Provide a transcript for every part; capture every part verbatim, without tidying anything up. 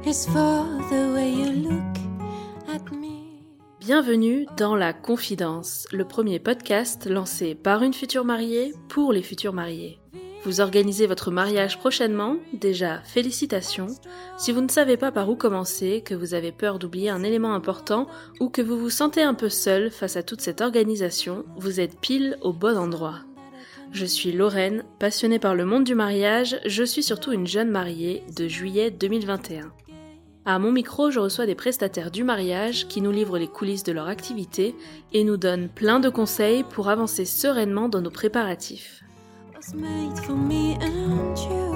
is for the way you look at me. Bienvenue dans La Confidence, le premier podcast lancé par une future mariée pour les futurs mariés. Vous organisez votre mariage prochainement, déjà félicitations. Si vous ne savez pas par où commencer, que vous avez peur d'oublier un élément important ou que vous vous sentez un peu seul face à toute cette organisation, vous êtes pile au bon endroit. Je suis Lorraine, passionnée par le monde du mariage, je suis surtout une jeune mariée de juillet deux mille vingt et un. À mon micro, je reçois des prestataires du mariage qui nous livrent les coulisses de leur activité et nous donnent plein de conseils pour avancer sereinement dans nos préparatifs. Was made for me and you.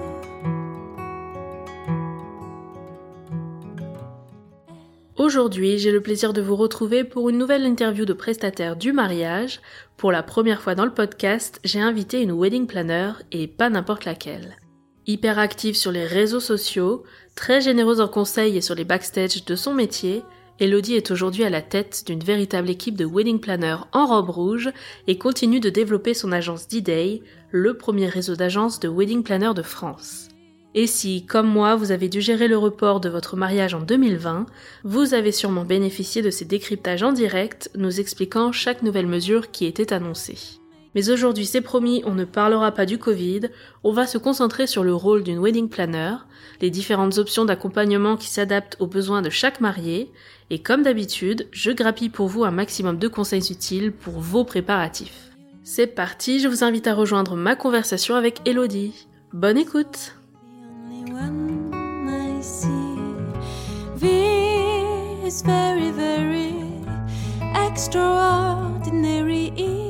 Aujourd'hui, j'ai le plaisir de vous retrouver pour une nouvelle interview de prestataires du mariage. Pour la première fois dans le podcast, j'ai invité une wedding planner et pas n'importe laquelle. Hyper active sur les réseaux sociaux, très généreuse en conseils et sur les backstage de son métier, Elodie est aujourd'hui à la tête d'une véritable équipe de wedding planners en robe rouge et continue de développer son agence D-Day, le premier réseau d'agences de wedding planners de France. Et si, comme moi, vous avez dû gérer le report de votre mariage en deux mille vingt, vous avez sûrement bénéficié de ces décryptages en direct, nous expliquant chaque nouvelle mesure qui était annoncée. Mais aujourd'hui, c'est promis, on ne parlera pas du Covid, on va se concentrer sur le rôle d'une wedding planner, les différentes options d'accompagnement qui s'adaptent aux besoins de chaque marié, et comme d'habitude, je grappille pour vous un maximum de conseils utiles pour vos préparatifs. C'est parti, je vous invite à rejoindre ma conversation avec Elodie. Bonne écoute! One I see. V is very, very extraordinary.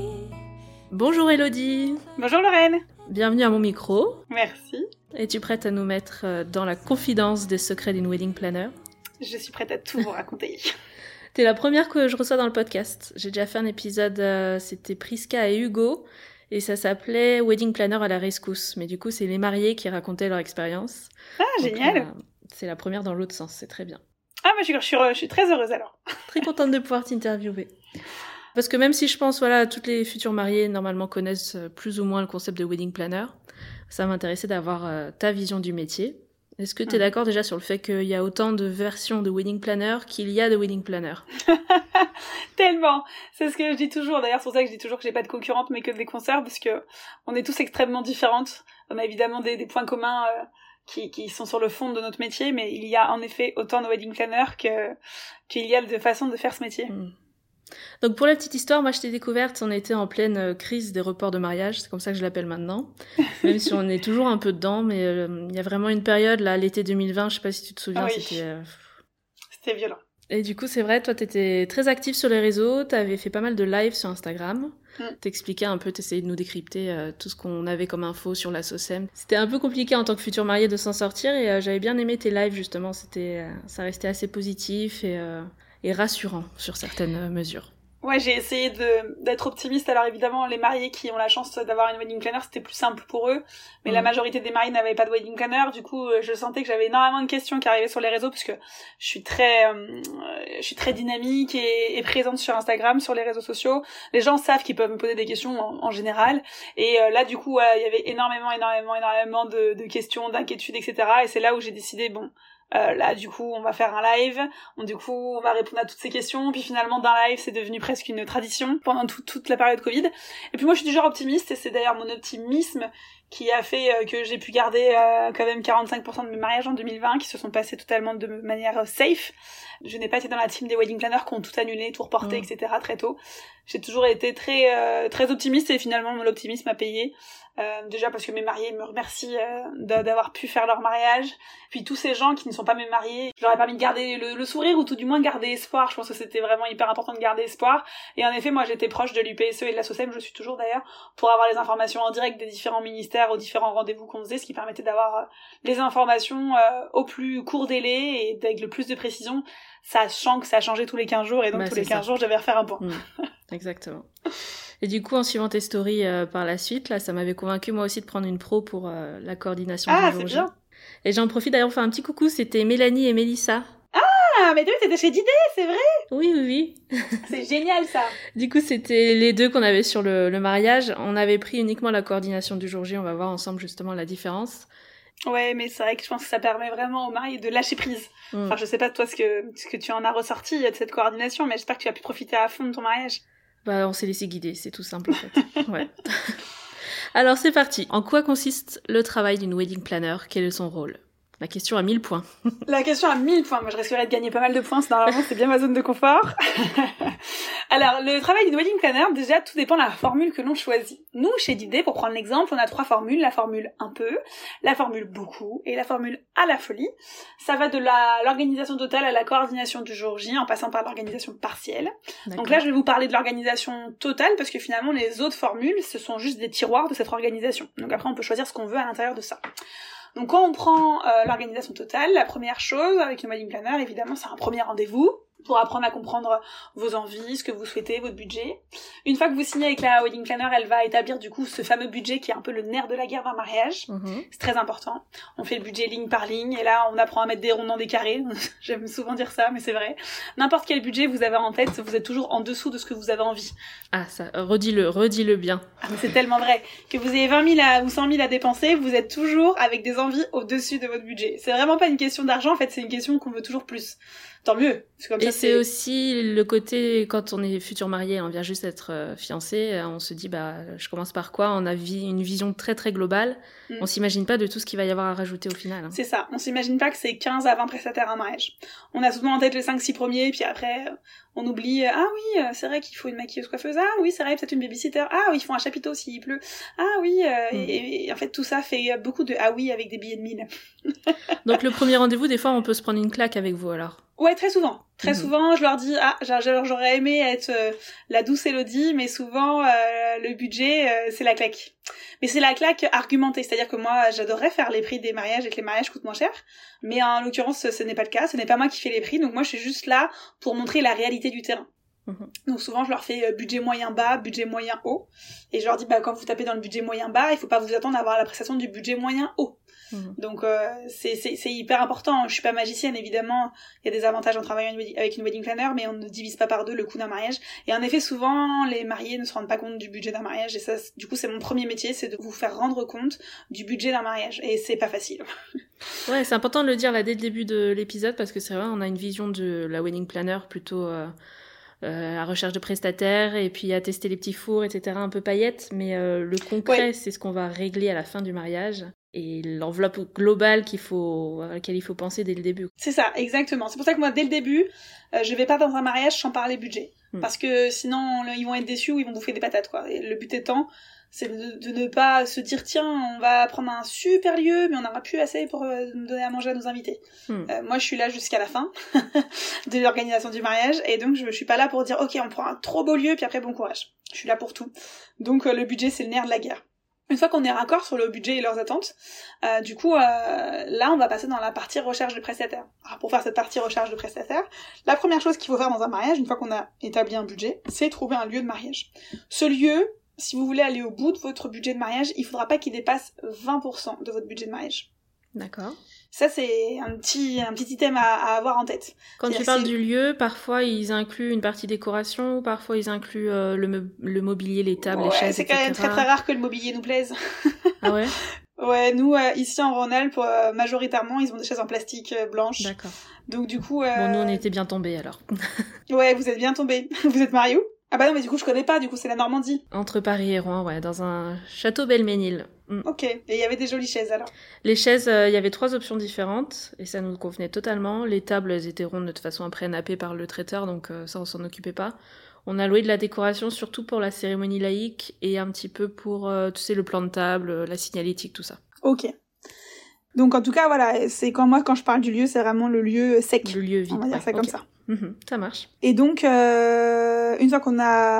Bonjour Elodie! Bonjour Lorraine. Bienvenue à mon micro. Merci. Es-tu prête à nous mettre dans la confidence des secrets d'une wedding planner? Je suis prête à tout vous raconter. T'es la première que je reçois dans le podcast. J'ai déjà fait un épisode, euh, c'était Prisca et Hugo, et ça s'appelait Wedding Planner à la rescousse. Mais du coup, c'est les mariés qui racontaient leur expérience. Ah, Donc, génial. euh, c'est la première dans l'autre sens, c'est très bien. Ah, bah, je suis, je, suis, je suis très heureuse alors. Très contente de pouvoir t'interviewer. Parce que même si je pense, voilà, toutes les futures mariées normalement connaissent plus ou moins le concept de wedding planner, ça m'intéressait d'avoir euh, ta vision du métier. Est-ce que tu es mmh. d'accord déjà sur le fait qu'il y a autant de versions de wedding planner qu'il y a de wedding planner? Tellement. C'est ce que je dis toujours. D'ailleurs, c'est pour ça que je dis toujours que j'ai pas de concurrente mais que des consoeurs, parce que on est tous extrêmement différentes. On a évidemment des, des points communs euh, qui, qui sont sur le fond de notre métier, mais il y a en effet autant de wedding planners que qu'il y a de façons de faire ce métier. Mmh. Donc pour la petite histoire, moi je t'ai découverte, on était en pleine crise des reports de mariage, c'est comme ça que je l'appelle maintenant, même si on est toujours un peu dedans, mais il euh, y a vraiment une période, là, l'été deux mille vingt, je sais pas si tu te souviens, ah oui. c'était... Euh... C'était violent. Et du coup, c'est vrai, toi t'étais très active sur les réseaux, t'avais fait pas mal de lives sur Instagram, mm. t'expliquais un peu, t'essayais de nous décrypter euh, tout ce qu'on avait comme info sur la SOCEM. C'était un peu compliqué en tant que future mariée de s'en sortir, et euh, j'avais bien aimé tes lives justement, c'était, euh, ça restait assez positif et... Euh... et rassurant sur certaines mesures. Ouais, j'ai essayé de, d'être optimiste. Alors évidemment, les mariés qui ont la chance d'avoir une wedding planner, c'était plus simple pour eux. Mais mmh. la majorité des mariés n'avaient pas de wedding planner. Du coup, je sentais que j'avais énormément de questions qui arrivaient sur les réseaux, parce que je suis très, euh, je suis très dynamique et, et présente sur Instagram, sur les réseaux sociaux. Les gens savent qu'ils peuvent me poser des questions en, en général. Et euh, là, du coup, il ouais, y avait énormément, énormément, énormément de, de questions, d'inquiétudes, et cetera. Et c'est là où j'ai décidé, bon... Euh, là du coup on va faire un live, on, du coup on va répondre à toutes ces questions, puis finalement d'un live c'est devenu presque une tradition pendant tout, toute la période Covid. Et puis moi je suis du genre optimiste, et c'est d'ailleurs mon optimisme qui a fait euh, que j'ai pu garder euh, quand même quarante-cinq pour cent de mes mariages en deux mille vingt qui se sont passés totalement de manière euh, safe. Je n'ai pas été dans la team des wedding planners qui ont tout annulé, tout reporté, mmh. et cetera très tôt. J'ai toujours été très euh, très optimiste, et finalement mon optimisme a payé. Euh, déjà parce que mes mariés me remercient euh, d'avoir pu faire leur mariage, puis tous ces gens qui ne sont pas mes mariés, je leur ai permis de garder le, le sourire, ou tout du moins de garder espoir. Je pense que c'était vraiment hyper important de garder espoir. Et en effet, moi j'étais proche de l'U P S E et de la SOCEM, je suis toujours d'ailleurs, pour avoir les informations en direct des différents ministères aux différents rendez-vous qu'on faisait, ce qui permettait d'avoir euh, les informations euh, au plus court délai et avec le plus de précision, sachant que ça changeait tous les quinze jours, et donc bah, tous les quinze ça. jours je devais refaire un point. Mmh. Exactement. Et du coup, en suivant tes stories euh, par la suite, là, ça m'avait convaincu moi aussi de prendre une pro pour euh, la coordination ah, du jour J. Ah, c'est bien. Et j'en profite d'ailleurs pour faire un petit coucou, c'était Mélanie et Mélissa. Ah, mais oui, c'était chez D-Day, c'est vrai. Oui, oui, oui. C'est génial, ça. Du coup, c'était les deux qu'on avait sur le, le mariage. On avait pris uniquement la coordination du jour J, on va voir ensemble justement la différence. Ouais, mais c'est vrai que je pense que ça permet vraiment aux mariés de lâcher prise. Mm. Enfin, je sais pas toi ce que, ce que tu en as ressorti de cette coordination, mais j'espère que tu as pu profiter à fond de ton mariage. Bah, on s'est laissé guider, c'est tout simple en fait. Ouais. Alors c'est parti. En quoi consiste le travail d'une wedding planner ? Quel est son rôle ? La question à mille points. La question à mille points. Moi, je risquerais de gagner pas mal de points, normalement, c'est bien ma zone de confort. Alors, le travail d'une wedding planner, déjà, tout dépend de la formule que l'on choisit. Nous, chez Didé, pour prendre l'exemple, on a trois formules. La formule un peu, la formule beaucoup et la formule à la folie. Ça va de la, l'organisation totale à la coordination du jour J, en passant par l'organisation partielle. D'accord. Donc là, je vais vous parler de l'organisation totale, parce que finalement, les autres formules, ce sont juste des tiroirs de cette organisation. Donc après, on peut choisir ce qu'on veut à l'intérieur de ça. Donc quand on prend euh, l'organisation totale, la première chose avec une wedding planner, évidemment, c'est un premier rendez-vous pour apprendre à comprendre vos envies, ce que vous souhaitez, votre budget. Une fois que vous signez avec la wedding planner, elle va établir du coup ce fameux budget qui est un peu le nerf de la guerre d'un mariage. Mmh. C'est très important. On fait le budget ligne par ligne et là on apprend à mettre des ronds dans des carrés. J'aime souvent dire ça, mais c'est vrai. N'importe quel budget vous avez en tête, vous êtes toujours en dessous de ce que vous avez envie. Ah ça, redis-le, redis-le bien. Ah mais c'est tellement vrai. Que vous ayez vingt mille à, ou cent mille à dépenser, vous êtes toujours avec des envies au-dessus de votre budget. C'est vraiment pas une question d'argent, en fait c'est une question qu'on veut toujours plus. Tant mieux. Comme et ça, c'est, c'est aussi le côté, quand on est futur marié, on vient juste d'être euh, fiancé, on se dit, bah, je commence par quoi ? On a vi- une vision très très globale. Mm. On s'imagine pas de tout ce qu'il va y avoir à rajouter au final. Hein. C'est ça. On s'imagine pas que c'est quinze à vingt prestataires un mariage. On a souvent en tête les cinq six premiers, puis après, on oublie, ah oui, c'est vrai qu'il faut une maquilleuse coiffeuse. Ah oui, c'est vrai, peut-être une babysitter. Ah oui, il faut un chapiteau s'il pleut. Ah oui, euh, mm. et, et en fait, tout ça fait beaucoup de ah oui avec des billets de mille. Donc le premier rendez-vous, des fois, on peut se prendre une claque avec vous alors. Ouais, très souvent. Très mmh. souvent, je leur dis, ah, j'aurais aimé être euh, la douce Élodie, mais souvent, euh, le budget, euh, c'est la claque. Mais c'est la claque argumentée, c'est-à-dire que moi, j'adorerais faire les prix des mariages et que les mariages coûtent moins cher, mais en l'occurrence, ce n'est pas le cas, ce n'est pas moi qui fais les prix, donc moi, je suis juste là pour montrer la réalité du terrain. Mmh. Donc souvent, je leur fais euh, budget moyen bas, budget moyen haut, et je leur dis, bah, quand vous tapez dans le budget moyen bas, il faut pas vous attendre à avoir la prestation du budget moyen haut. Mmh. Donc euh, c'est, c'est, c'est hyper important. Je suis pas magicienne, évidemment, il y a des avantages en travaillant avec une wedding planner, mais on ne divise pas par deux le coût d'un mariage. Et en effet, souvent, les mariés ne se rendent pas compte du budget d'un mariage, et ça, du coup, c'est mon premier métier, c'est de vous faire rendre compte du budget d'un mariage, et c'est pas facile. Ouais, c'est important de le dire là dès le début de l'épisode, parce que c'est vrai, on a une vision de la wedding planner plutôt... Euh... Euh, à recherche de prestataires et puis à tester les petits fours, et cetera, un peu paillettes, mais euh, le concret, ouais. c'est ce qu'on va régler à la fin du mariage et l'enveloppe globale qu'il faut, à laquelle il faut penser dès le début. C'est ça, exactement. C'est pour ça que moi, dès le début, euh, je vais pas dans un mariage sans parler budget. Hmm. Parce que sinon, ils vont être déçus ou ils vont bouffer des patates, quoi. Et le but étant, c'est de, de ne pas se dire, tiens, on va prendre un super lieu, mais on n'aura plus assez pour euh, donner à manger à nos invités. Hmm. Euh, moi, je suis là jusqu'à la fin de l'organisation du mariage, et donc je, je suis pas là pour dire, ok, on prend un trop beau lieu, puis après, bon courage. Je suis là pour tout. Donc, euh, le budget, c'est le nerf de la guerre. Une fois qu'on est raccord sur le budget et leurs attentes, euh, du coup, euh, là, on va passer dans la partie recherche de prestataires. Alors, pour faire cette partie recherche de prestataires, la première chose qu'il faut faire dans un mariage, une fois qu'on a établi un budget, c'est trouver un lieu de mariage. Ce lieu, si vous voulez aller au bout de votre budget de mariage, il faudra pas qu'il dépasse vingt pour cent de votre budget de mariage. D'accord. Ça, c'est un petit, un petit item à, à avoir en tête. Quand C'est-à-dire tu parles c'est... du lieu, parfois ils incluent une partie décoration, ou parfois ils incluent euh, le, me- le mobilier, les tables, ouais, les chaises, c'est et cetera. quand même très très rare que le mobilier nous plaise. Ah ouais? Ouais, nous, euh, ici en Rhône-Alpes, euh, majoritairement, ils ont des chaises en plastique euh, blanches. D'accord. Donc du coup... Euh... Bon, nous, on était bien tombés, alors. Ouais, vous êtes bien tombés. Vous êtes mariés où? Ah bah non, mais du coup, je connais pas, du coup, c'est la Normandie. Entre Paris et Rouen, ouais, dans un château Belménil. Mm. Ok, et il y avait des jolies chaises, alors? Les chaises, il euh, y avait trois options différentes, et ça nous convenait totalement. Les tables, elles étaient rondes de toute façon après nappées par le traiteur, donc euh, ça, on s'en occupait pas. On a loué de la décoration, surtout pour la cérémonie laïque, et un petit peu pour, euh, tu sais, le plan de table, la signalétique, tout ça. Ok. Donc en tout cas, voilà, c'est quand moi, quand je parle du lieu, c'est vraiment le lieu sec. Le lieu vide, on va dire ouais, ça okay. comme ça. Mmh, ça marche. Et donc, euh, une fois qu'on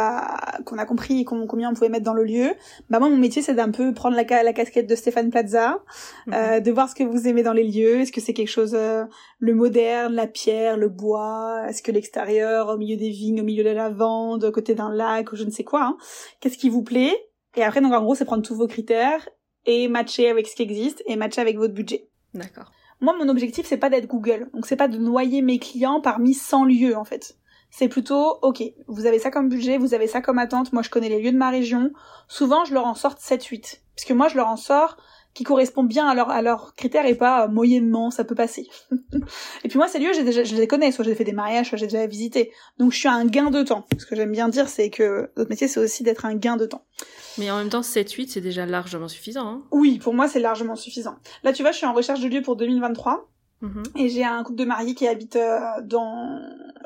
a qu'on a compris combien on pouvait mettre dans le lieu, bah moi mon métier c'est d'un peu prendre la, la casquette de Stéphane Plaza, mmh. euh, de voir ce que vous aimez dans les lieux. Est-ce que c'est quelque chose euh, le moderne, la pierre, le bois, est-ce que l'extérieur, au milieu des vignes, au milieu de la lavande, côté d'un lac ou je ne sais quoi. Hein. Qu'est-ce qui vous plaît? Et après donc en gros c'est prendre tous vos critères et matcher avec ce qui existe et matcher avec votre budget. D'accord. Moi, mon objectif, c'est pas d'être Google. Donc, c'est pas de noyer mes clients parmi cent lieux, en fait. C'est plutôt, ok, vous avez ça comme budget, vous avez ça comme attente. Moi, je connais les lieux de ma région. Souvent, je leur en sors sept huit. Parce que moi, je leur en sors qui correspond bien à leurs à leurs critères et pas euh, moyennement, ça peut passer. Et puis moi, ces lieux, j'ai déjà, je les connais, soit j'ai fait des mariages, soit j'ai déjà visité. Donc je suis à un gain de temps. Ce que j'aime bien dire, c'est que notre métier, c'est aussi d'être un gain de temps. Mais en même temps, sept huit, c'est déjà largement suffisant. Hein. Oui, pour moi, c'est largement suffisant. Là, tu vois, je suis en recherche de lieu pour deux mille vingt-trois. Mmh. Et j'ai un couple de mariés qui habitent euh, dans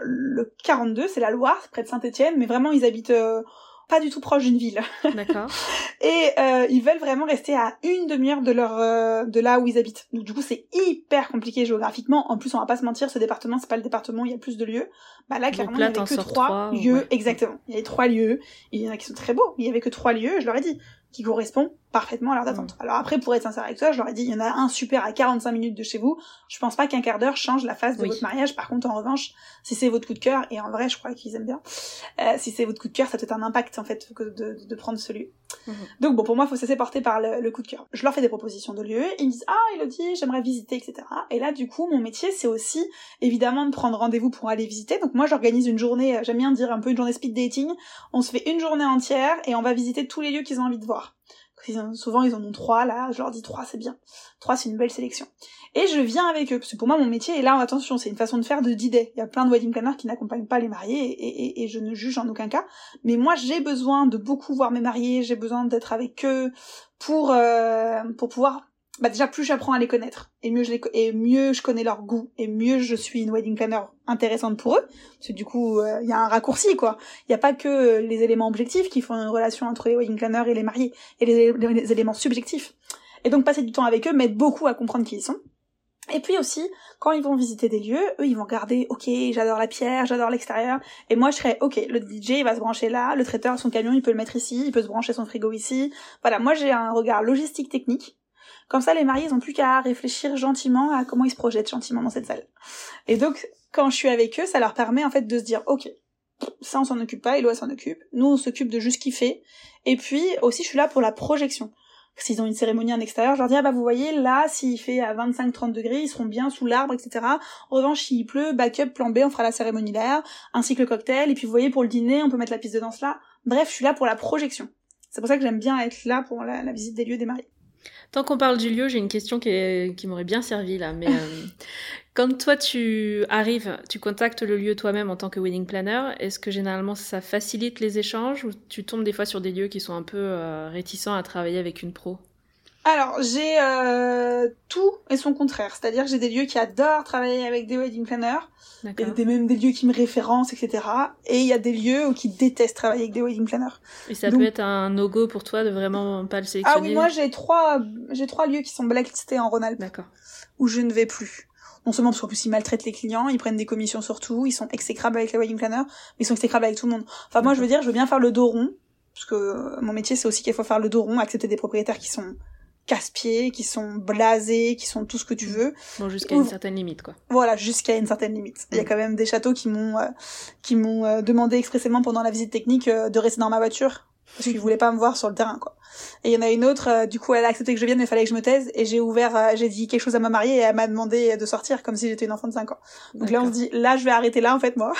le quarante-deux, c'est la Loire, près de Saint-Étienne, mais vraiment, ils habitent... Euh, pas du tout proche d'une ville. D'accord. Et euh, ils veulent vraiment rester à une demi-heure de leur euh, de là où ils habitent. Donc du coup, c'est hyper compliqué géographiquement. En plus, on va pas se mentir, ce département, c'est pas le département où il y a plus de lieux. Bah là, clairement, là, il y avait que trois, trois lieux, ouais. exactement. Il y avait trois lieux. Il y en a qui sont très beaux, mais il y avait que trois lieux, je leur ai dit, qui correspondent parfaitement à leur attente. Mmh. Alors après, pour être sincère avec toi, je leur ai dit, il y en a un super à quarante-cinq minutes de chez vous. Je pense pas qu'un quart d'heure change la phase de oui. votre mariage. Par contre, en revanche, si c'est votre coup de cœur, et en vrai, je crois qu'ils aiment bien, euh, si c'est votre coup de cœur, ça a peut-être un impact, en fait, que de, de prendre ce lieu. Mmh. Donc bon, pour moi, il faut se laisser porter par le, le coup de cœur. Je leur fais des propositions de lieux, ils me disent, ah, Elodie, j'aimerais visiter, et cetera. Et là, du coup, mon métier, c'est aussi, évidemment, de prendre rendez-vous pour aller visiter. Donc moi, j'organise une journée, j'aime bien dire un peu une journée speed dating. On se fait une journée entière, et on va visiter tous les lieux qu'ils ont envie de voir. Souvent, ils en ont trois, là, je leur dis trois, c'est bien. Trois, c'est une belle sélection. Et je viens avec eux, parce que pour moi, mon métier, et là, attention, c'est une façon de faire de d'idées. Il y a plein de wedding planners qui n'accompagnent pas les mariés, et, et, et je ne juge en aucun cas. Mais moi, j'ai besoin de beaucoup voir mes mariés, j'ai besoin d'être avec eux pour, euh, pour pouvoir... Bah déjà, plus j'apprends à les connaître, et mieux je les, et mieux je connais leur goût, et mieux je suis une wedding planner intéressante pour eux, parce que du coup, il euh, y a un raccourci, quoi. Il y a pas que les éléments objectifs qui font une relation entre les wedding planners et les mariés, et les, les, les éléments subjectifs. Et donc, passer du temps avec eux m'aide beaucoup à comprendre qui ils sont. Et puis aussi, quand ils vont visiter des lieux, eux, ils vont regarder, ok, j'adore la pierre, j'adore l'extérieur, et moi, je serais, ok, le D J, il va se brancher là, le traiteur, son camion, il peut le mettre ici, il peut se brancher son frigo ici. Voilà, moi, j'ai un regard logistique technique. Comme ça, les mariés, ils ont plus qu'à réfléchir gentiment à comment ils se projettent gentiment dans cette salle. Et donc, quand je suis avec eux, ça leur permet, en fait, de se dire, ok, ça, on s'en occupe pas, Elo, elle s'en occupe. Nous, on s'occupe de juste kiffer. Et puis, aussi, je suis là pour la projection. S'ils ont une cérémonie en extérieur, je leur dis, ah bah, vous voyez, là, s'il fait à vingt-cinq trente degrés, ils seront bien sous l'arbre, et cetera. En revanche, s'il pleut, backup, plan B, on fera la cérémonie l'air, ainsi que le cocktail. Et puis, vous voyez, pour le dîner, on peut mettre la piste de danse là. Bref, je suis là pour la projection. C'est pour ça que j'aime bien être là pour la, la visite des lieux des mariés. Tant qu'on parle du lieu, j'ai une question qui, est, qui m'aurait bien servi là. Mais euh, quand toi tu arrives, tu contactes le lieu toi-même en tant que wedding planner, est-ce que généralement ça facilite les échanges ou tu tombes des fois sur des lieux qui sont un peu euh, réticents à travailler avec une pro ? Alors, j'ai euh, tout et son contraire. C'est-à-dire que j'ai des lieux qui adorent travailler avec des wedding planners. Il y a des, même des lieux qui me référencent, et cetera. Et il y a des lieux qui détestent travailler avec des wedding planners. Et ça Donc, peut être un no-go pour toi de vraiment pas le sélectionner ? Ah oui, moi j'ai trois, j'ai trois lieux qui sont blacklistés en Rhône-Alpes. D'accord. Où je ne vais plus. Non seulement parce qu'en plus ils maltraitent les clients, ils prennent des commissions sur tout, ils sont exécrables avec les wedding planners, mais ils sont exécrables avec tout le monde. Enfin, moi je veux dire, je veux bien faire le dos rond. Parce que mon métier c'est aussi qu'il faut faire le dos rond, accepter des propriétaires qui sont casse-pieds, qui sont blasés, qui sont tout ce que tu veux. Bon, jusqu'à Ou... une certaine limite, quoi. Voilà, jusqu'à une certaine limite. Il mmh. y a quand même des châteaux qui m'ont, euh, qui m'ont euh, demandé expressément pendant la visite technique euh, de rester dans ma voiture, parce qu'ils voulaient pas me voir sur le terrain, quoi. Et il y en a une autre, euh, du coup, elle a accepté que je vienne, mais il fallait que je me taise, et j'ai ouvert, euh, j'ai dit quelque chose à ma mariée, et elle m'a demandé de sortir, comme si j'étais une enfant de cinq ans. Donc D'accord. Là, on se dit, là, je vais arrêter là, en fait, moi.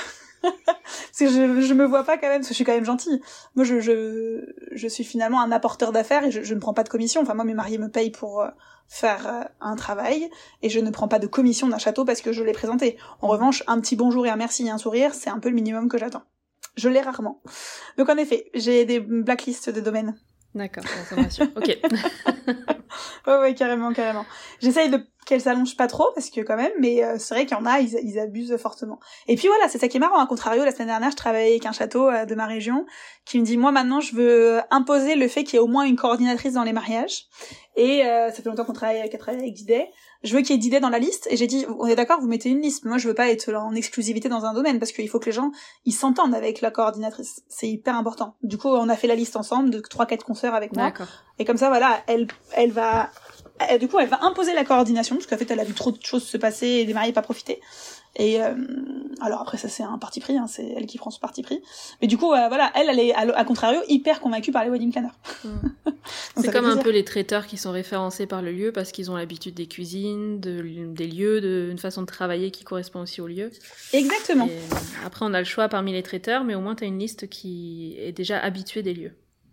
Parce que je, je me vois pas quand même, parce que je suis quand même gentille. Moi, je, je, je suis finalement un apporteur d'affaires et je, je ne prends pas de commission. Enfin, moi, mes mariés me payent pour euh, faire euh, un travail et je ne prends pas de commission d'un château parce que je l'ai présenté. En revanche, un petit bonjour et un merci et un sourire, c'est un peu le minimum que j'attends. Je l'ai rarement. Donc, en effet, j'ai des blacklists de domaines. D'accord, ça me rassure. Ok. ouais, ouais, carrément, carrément. J'essaye de qu'elle s'allonge pas trop, parce que quand même, mais euh, c'est vrai qu'il y en a, ils, ils abusent fortement. Et puis voilà, c'est ça qui est marrant. À contrario, la semaine dernière, je travaillais avec un château euh, de ma région, qui me dit, moi maintenant, je veux imposer le fait qu'il y ait au moins une coordinatrice dans les mariages. Et euh, ça fait longtemps qu'on travaille, qu'elle travaille avec Didet. Je veux qu'il y ait Didet dans la liste. Et j'ai dit, on est d'accord, vous mettez une liste. Mais moi, je veux pas être en exclusivité dans un domaine, parce qu'il faut que les gens, ils s'entendent avec la coordinatrice. C'est hyper important. Du coup, on a fait la liste ensemble de trois, quatre consoeurs avec moi. D'accord. Et comme ça, voilà, elle, elle va... Et du coup, elle va imposer la coordination, parce qu'en fait, elle a vu trop de choses se passer et des mariés pas profiter. Et euh, alors après, ça c'est un parti pris, hein, c'est elle qui prend ce parti pris. Mais du coup, euh, voilà, elle, elle est à, à contrario hyper convaincue par les wedding planners. Mmh. C'est comme un peu les traiteurs qui sont référencés par le lieu parce qu'ils ont l'habitude des cuisines, de, des lieux, d'une façon de travailler qui correspond aussi au lieu. Exactement. Et après, on a le choix parmi les traiteurs, mais au moins, tu as une liste qui est déjà habituée des lieux.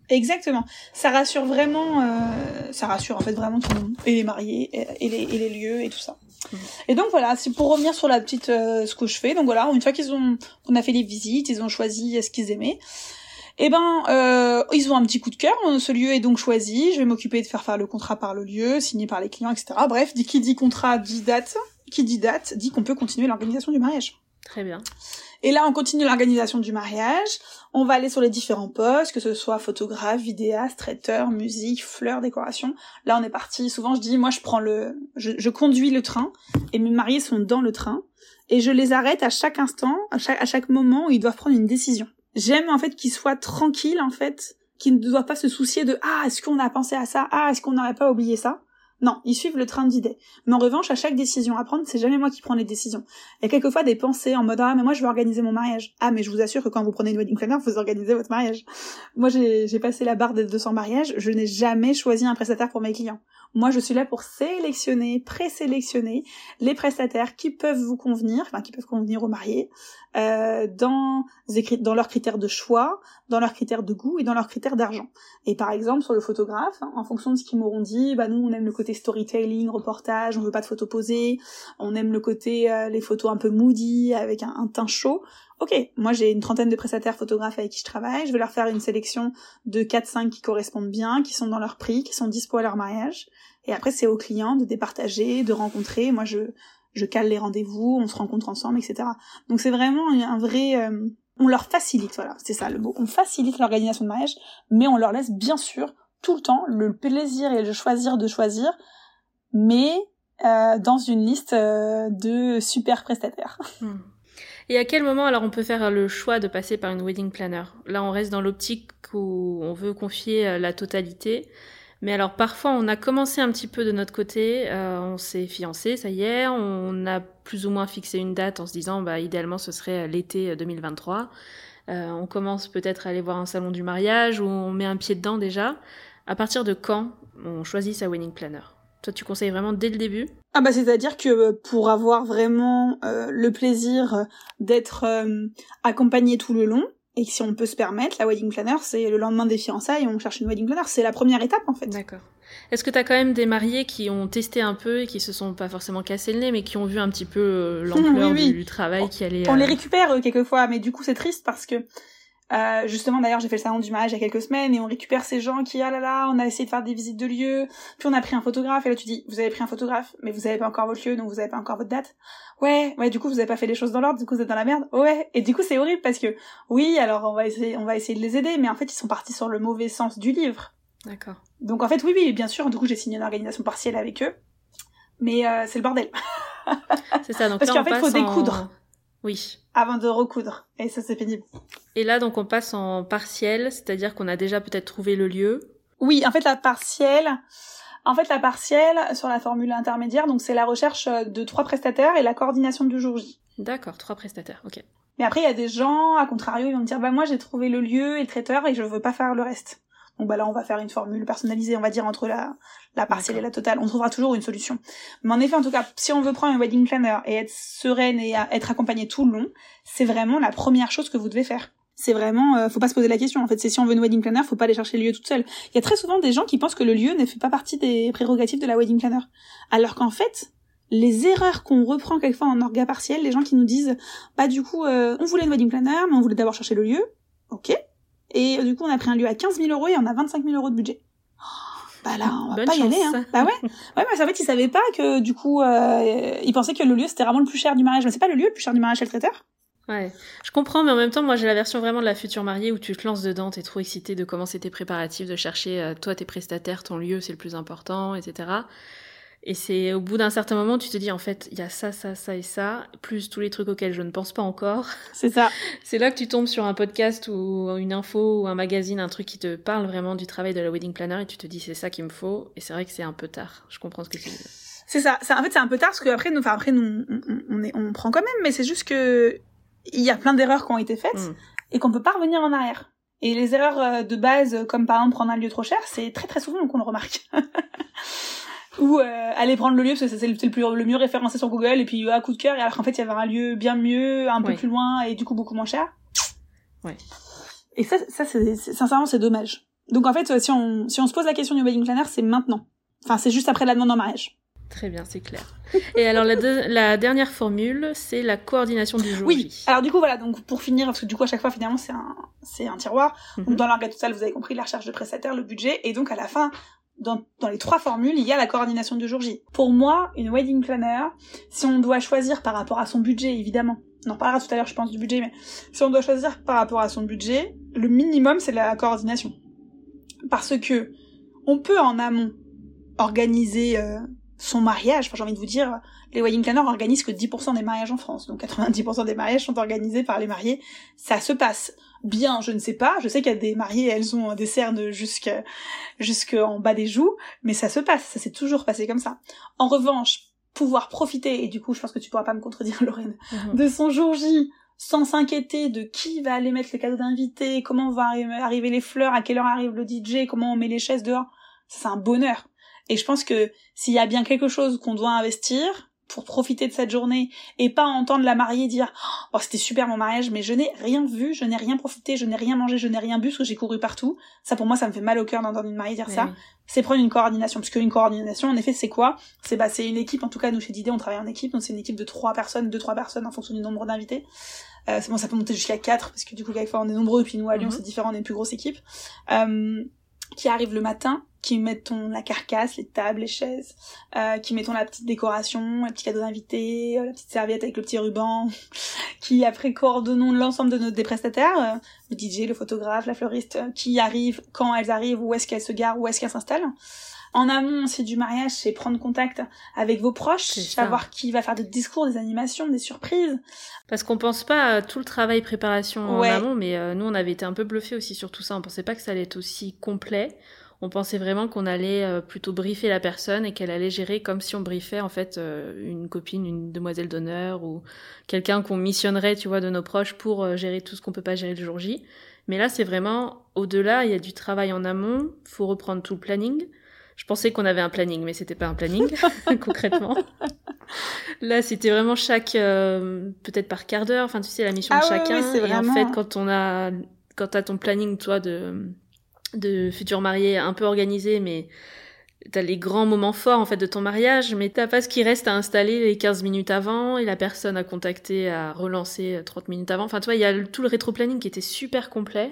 Exactement. Ça rassure vraiment, euh, ça rassure en fait vraiment tout le monde, et les mariés, et, et, les, et les lieux, et tout ça. Mmh. Et donc voilà, c'est pour revenir sur la petite, euh, ce que je fais. Donc voilà, une fois qu'ils ont, qu'on a fait les visites, ils ont choisi ce qu'ils aimaient. Eh ben, euh, ils ont un petit coup de cœur. Ce lieu est donc choisi. Je vais m'occuper de faire faire le contrat par le lieu, signé par les clients, et cetera. Bref, qui dit contrat dit date. Qui dit date dit qu'on peut continuer l'organisation du mariage. Très bien. Et là, on continue l'organisation du mariage. On va aller sur les différents postes, que ce soit photographe, vidéaste, traiteur, musique, fleurs, décoration. Là, on est parti. Souvent, je dis, moi, je prends le, je, je conduis le train, et mes mariés sont dans le train, et je les arrête à chaque instant, à chaque, à chaque moment où ils doivent prendre une décision. J'aime, en fait, qu'ils soient tranquilles, en fait, qu'ils ne doivent pas se soucier de, ah, est-ce qu'on a pensé à ça? Ah, est-ce qu'on n'aurait pas oublié ça? Non, ils suivent le train d'idées. Mais en revanche, à chaque décision à prendre, c'est jamais moi qui prends les décisions. Il y a quelquefois des pensées en mode, ah, mais moi, je veux organiser mon mariage. Ah, mais je vous assure que quand vous prenez une wedding planner, vous organisez votre mariage. Moi, j'ai, j'ai passé la barre des deux cents mariages. Je n'ai jamais choisi un prestataire pour mes clients. Moi, je suis là pour sélectionner, présélectionner les prestataires qui peuvent vous convenir, enfin, qui peuvent convenir aux mariés, euh, dans, dans leurs critères de choix, dans leurs critères de goût et dans leurs critères d'argent. Et par exemple, sur le photographe, hein, en fonction de ce qu'ils m'auront dit, bah, nous, on aime le côté storytelling, reportage, on veut pas de photos posées, on aime le côté, euh, les photos un peu moody, avec un, un teint chaud. Ok, moi j'ai une trentaine de prestataires photographes avec qui je travaille, je vais leur faire une sélection de quatre cinq qui correspondent bien, qui sont dans leur prix, qui sont dispo à leur mariage, et après c'est aux clients de départager, de rencontrer, moi je je cale les rendez-vous, on se rencontre ensemble, et cetera. Donc c'est vraiment un vrai... Euh, on leur facilite, voilà, c'est ça le mot, on facilite l'organisation de mariage, mais on leur laisse bien sûr tout le temps le plaisir et le choisir de choisir, mais euh, dans une liste euh, de super prestataires. Hmm. Et à quel moment alors on peut faire le choix de passer par une wedding planner? Là, on reste dans l'optique où on veut confier la totalité. Mais alors parfois, on a commencé un petit peu de notre côté, euh, on s'est fiancé, ça y est, on a plus ou moins fixé une date en se disant, bah idéalement, ce serait l'été deux mille vingt-trois. Euh, on commence peut-être à aller voir un salon du mariage où on met un pied dedans déjà. À partir de quand on choisit sa wedding planner? Toi, tu conseilles vraiment dès le début? Ah bah c'est-à-dire que pour avoir vraiment euh, le plaisir d'être euh, accompagné tout le long, et que si on peut se permettre, la wedding planner, c'est le lendemain des fiançailles, on cherche une wedding planner, c'est la première étape en fait. D'accord. Est-ce que t'as quand même des mariés qui ont testé un peu et qui se sont pas forcément cassé le nez, mais qui ont vu un petit peu euh, l'ampleur mmh, oui, oui. Du, du travail qui allait... On euh... les récupère euh, quelquefois, mais du coup c'est triste parce que Euh, justement d'ailleurs j'ai fait le salon du mariage il y a quelques semaines et on récupère ces gens qui ah là là on a essayé de faire des visites de lieux puis on a pris un photographe et là tu dis vous avez pris un photographe mais vous avez pas encore votre lieu donc vous avez pas encore votre date ouais ouais du coup vous avez pas fait les choses dans l'ordre du coup vous êtes dans la merde ouais et du coup c'est horrible parce que oui alors on va essayer on va essayer de les aider mais en fait ils sont partis sur le mauvais sens du livre. D'accord. Donc en fait oui oui bien sûr du coup j'ai signé une organisation partielle avec eux mais euh, c'est le bordel. C'est ça donc parce là, qu'en fait il faut découdre. En... Oui. Avant de recoudre. Et ça, c'est pénible. Et là, donc, on passe en partiel, c'est-à-dire qu'on a déjà peut-être trouvé le lieu. Oui, en fait, la partielle, en fait, la partielle, sur la formule intermédiaire, donc c'est la recherche de trois prestataires et la coordination du jour J. D'accord, trois prestataires, ok. Mais après, il y a des gens, à contrario, ils vont me dire, bah, moi, j'ai trouvé le lieu et le traiteur et je veux pas faire le reste. Donc bah là on va faire une formule personnalisée, on va dire entre la la partielle et la totale. On trouvera toujours une solution. Mais en effet, en tout cas, si on veut prendre un wedding planner et être sereine et être accompagnée tout le long, c'est vraiment la première chose que vous devez faire. C'est vraiment, euh, faut pas se poser la question. En fait, c'est si on veut une wedding planner, faut pas aller chercher le lieu toute seule. Il y a très souvent des gens qui pensent que le lieu ne fait pas partie des prérogatives de la wedding planner, alors qu'en fait, les erreurs qu'on reprend quelquefois en orga partiel, les gens qui nous disent, bah du coup, euh, on voulait une wedding planner, mais on voulait d'abord chercher le lieu. Ok. Et du coup, on a pris un lieu à quinze mille euros et on a vingt-cinq mille euros de budget. Oh, bah là, on va Bonne pas chance. y aller, hein. Bah ouais. Ouais, mais en fait, ils savaient pas que, du coup, euh, ils pensaient que le lieu, c'était vraiment le plus cher du mariage. Mais c'est pas le lieu le plus cher du mariage chez le traiteur. Ouais. Je comprends, mais en même temps, moi, j'ai la version vraiment de la future mariée où tu te lances dedans, t'es trop excitée de commencer tes préparatifs, de chercher, euh, toi, tes prestataires, ton lieu, c'est le plus important, et cetera. Et c'est au bout d'un certain moment, tu te dis, en fait, il y a ça, ça, ça et ça, plus tous les trucs auxquels je ne pense pas encore. C'est ça. C'est là que tu tombes sur un podcast ou une info ou un magazine, un truc qui te parle vraiment du travail de la wedding planner et tu te dis, c'est ça qu'il me faut. Et c'est vrai que c'est un peu tard. Je comprends ce que tu dis. C'est ça. C'est, en fait, c'est un peu tard parce que après, nous, enfin, après, nous, on, on, est, on prend quand même, mais c'est juste que il y a plein d'erreurs qui ont été faites mmh. et qu'on peut pas revenir en arrière. Et les erreurs de base, comme par exemple prendre un lieu trop cher, c'est très très souvent qu'on le remarque. Ou euh, aller prendre le lieu parce que c'est le, c'est le, plus, le mieux référencé sur Google et puis à coup de cœur et alors qu'en fait il y avait un lieu bien mieux, un peu ouais. plus loin et du coup beaucoup moins cher. Ouais. Et ça, ça c'est, c'est sincèrement c'est dommage Donc en fait, si on, si on se pose la question du wedding planner, c'est maintenant. Enfin, c'est juste après la demande en mariage. Très bien, c'est clair. Et alors, la, de- la dernière formule, c'est la coordination du jour Oui. J. Alors du coup, voilà, donc pour finir, parce que du coup, à chaque fois, finalement, c'est un, c'est un tiroir. Mm-hmm. Donc dans l'orga total, vous avez compris, la recherche de prestataire, le budget, et donc à la fin, dans, dans les trois formules, il y a la coordination du jour J. Pour moi, une wedding planner, si on doit choisir par rapport à son budget, évidemment, on en parlera tout à l'heure, je pense, du budget, mais si on doit choisir par rapport à son budget, le minimum, c'est la coordination. Parce que on peut en amont organiser euh, son mariage. Enfin, j'ai envie de vous dire, les wedding planners organisent que dix pour cent des mariages en France. Donc quatre-vingt-dix pour cent des mariages sont organisés par les mariés. Ça se passe bien, je ne sais pas. Je sais qu'il y a des mariées, elles ont des cernes jusqu'à, jusqu'en bas des joues, mais ça se passe. Ça s'est toujours passé comme ça. En revanche, pouvoir profiter, et du coup, je pense que tu pourras pas me contredire, Lorraine, mmh. de son jour J, sans s'inquiéter de qui va aller mettre le cadeau d'invité, comment vont arriver les fleurs, à quelle heure arrive le D J, comment on met les chaises dehors. Ça, c'est un bonheur. Et je pense que s'il y a bien quelque chose qu'on doit investir pour profiter de cette journée et pas entendre la mariée dire « Oh, c'était super mon mariage, mais je n'ai rien vu, je n'ai rien profité, je n'ai rien mangé, je n'ai rien bu parce que j'ai couru partout. » Ça, pour moi, ça me fait mal au cœur d'entendre une mariée dire oui. ça. C'est prendre une coordination. Parce qu'une coordination, en effet, c'est quoi ? C'est bah, c'est une équipe. En tout cas, nous, chez Didé, on travaille en équipe. Donc, c'est une équipe de trois personnes, deux, trois personnes en fonction du nombre d'invités. Euh, c'est bon, ça peut monter jusqu'à quatre parce que du coup, quelquefois, on est nombreux. Puis nous, à Lyon, mm-hmm. c'est différent, on est une plus grosse équipe. Euh, qui arrive le matin, qui mettons la carcasse, les tables, les chaises, euh, qui mettons la petite décoration, le petit cadeau d'invité, la petite serviette avec le petit ruban, qui après coordonnons l'ensemble de nos des prestataires, euh, le D J, le photographe, la fleuriste, euh, qui arrivent, quand elles arrivent, où est-ce qu'elles se garent, où est-ce qu'elles s'installent. En amont, c'est du mariage, c'est prendre contact avec vos proches, savoir qui va faire des discours, des animations, des surprises. Parce qu'on pense pas à tout le travail préparation ouais. en amont, mais euh, nous, on avait été un peu bluffés aussi sur tout ça. On pensait pas que ça allait être aussi complet. On pensait vraiment qu'on allait euh, plutôt briefer la personne et qu'elle allait gérer comme si on briefait en fait euh, une copine, une demoiselle d'honneur ou quelqu'un qu'on missionnerait, tu vois, de nos proches pour euh, gérer tout ce qu'on peut pas gérer le jour J. Mais là, c'est vraiment au-delà. Il y a du travail en amont. Faut reprendre tout le planning. Je pensais qu'on avait un planning, mais c'était pas un planning, concrètement. Là, c'était vraiment chaque, euh, peut-être par quart d'heure, enfin, tu sais, la mission ah de oui, chacun. Oui, c'est et vraiment... en fait, quand on a, quand t'as ton planning, toi, de, de futur marié un peu organisé, mais t'as les grands moments forts, en fait, de ton mariage, mais t'as pas ce qui reste à installer les quinze minutes avant, et la personne à contacter, à relancer trente minutes avant. Enfin, tu vois, il y a tout le rétro-planning qui était super complet.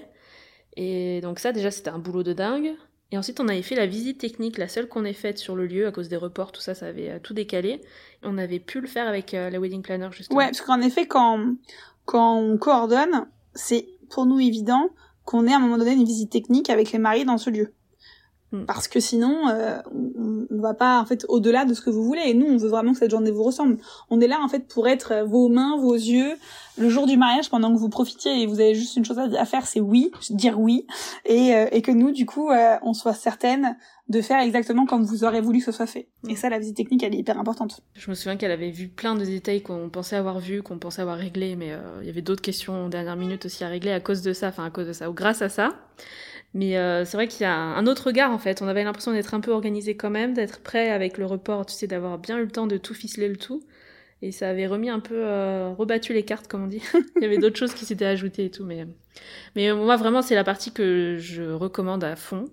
Et donc ça, déjà, c'était un boulot de dingue. Et ensuite, on avait fait la visite technique, la seule qu'on ait faite sur le lieu, à cause des reports, tout ça, ça avait euh, tout décalé. On avait pu le faire avec euh, la wedding planner, justement. Ouais, parce qu'en effet, quand, quand on coordonne, c'est pour nous évident qu'on ait à un moment donné une visite technique avec les mariés dans ce lieu. Mm. Parce que sinon, euh, on, on va pas, en fait, au-delà de ce que vous voulez. Et nous, on veut vraiment que cette journée vous ressemble. On est là, en fait, pour être vos mains, vos yeux, le jour du mariage, pendant que vous profitiez et vous avez juste une chose à faire, c'est oui, dire oui. Et, euh, et que nous, du coup, euh, on soit certaine de faire exactement comme vous aurez voulu que ce soit fait. Mm. Et ça, la visite technique, elle est hyper importante. Je me souviens qu'elle avait vu plein de détails qu'on pensait avoir vus, qu'on pensait avoir réglés, mais euh, il y avait d'autres questions en dernière minute aussi à régler à cause de ça, enfin à cause de ça, ou grâce à ça. Mais euh, c'est vrai qu'il y a un autre regard, en fait. On avait l'impression d'être un peu organisé quand même, d'être prêt avec le report, tu sais, d'avoir bien eu le temps de tout ficeler le tout. Et ça avait remis un peu, euh, rebattu les cartes, comme on dit. Il y avait d'autres choses qui s'étaient ajoutées et tout, mais, mais moi, vraiment, c'est la partie que je recommande à fond.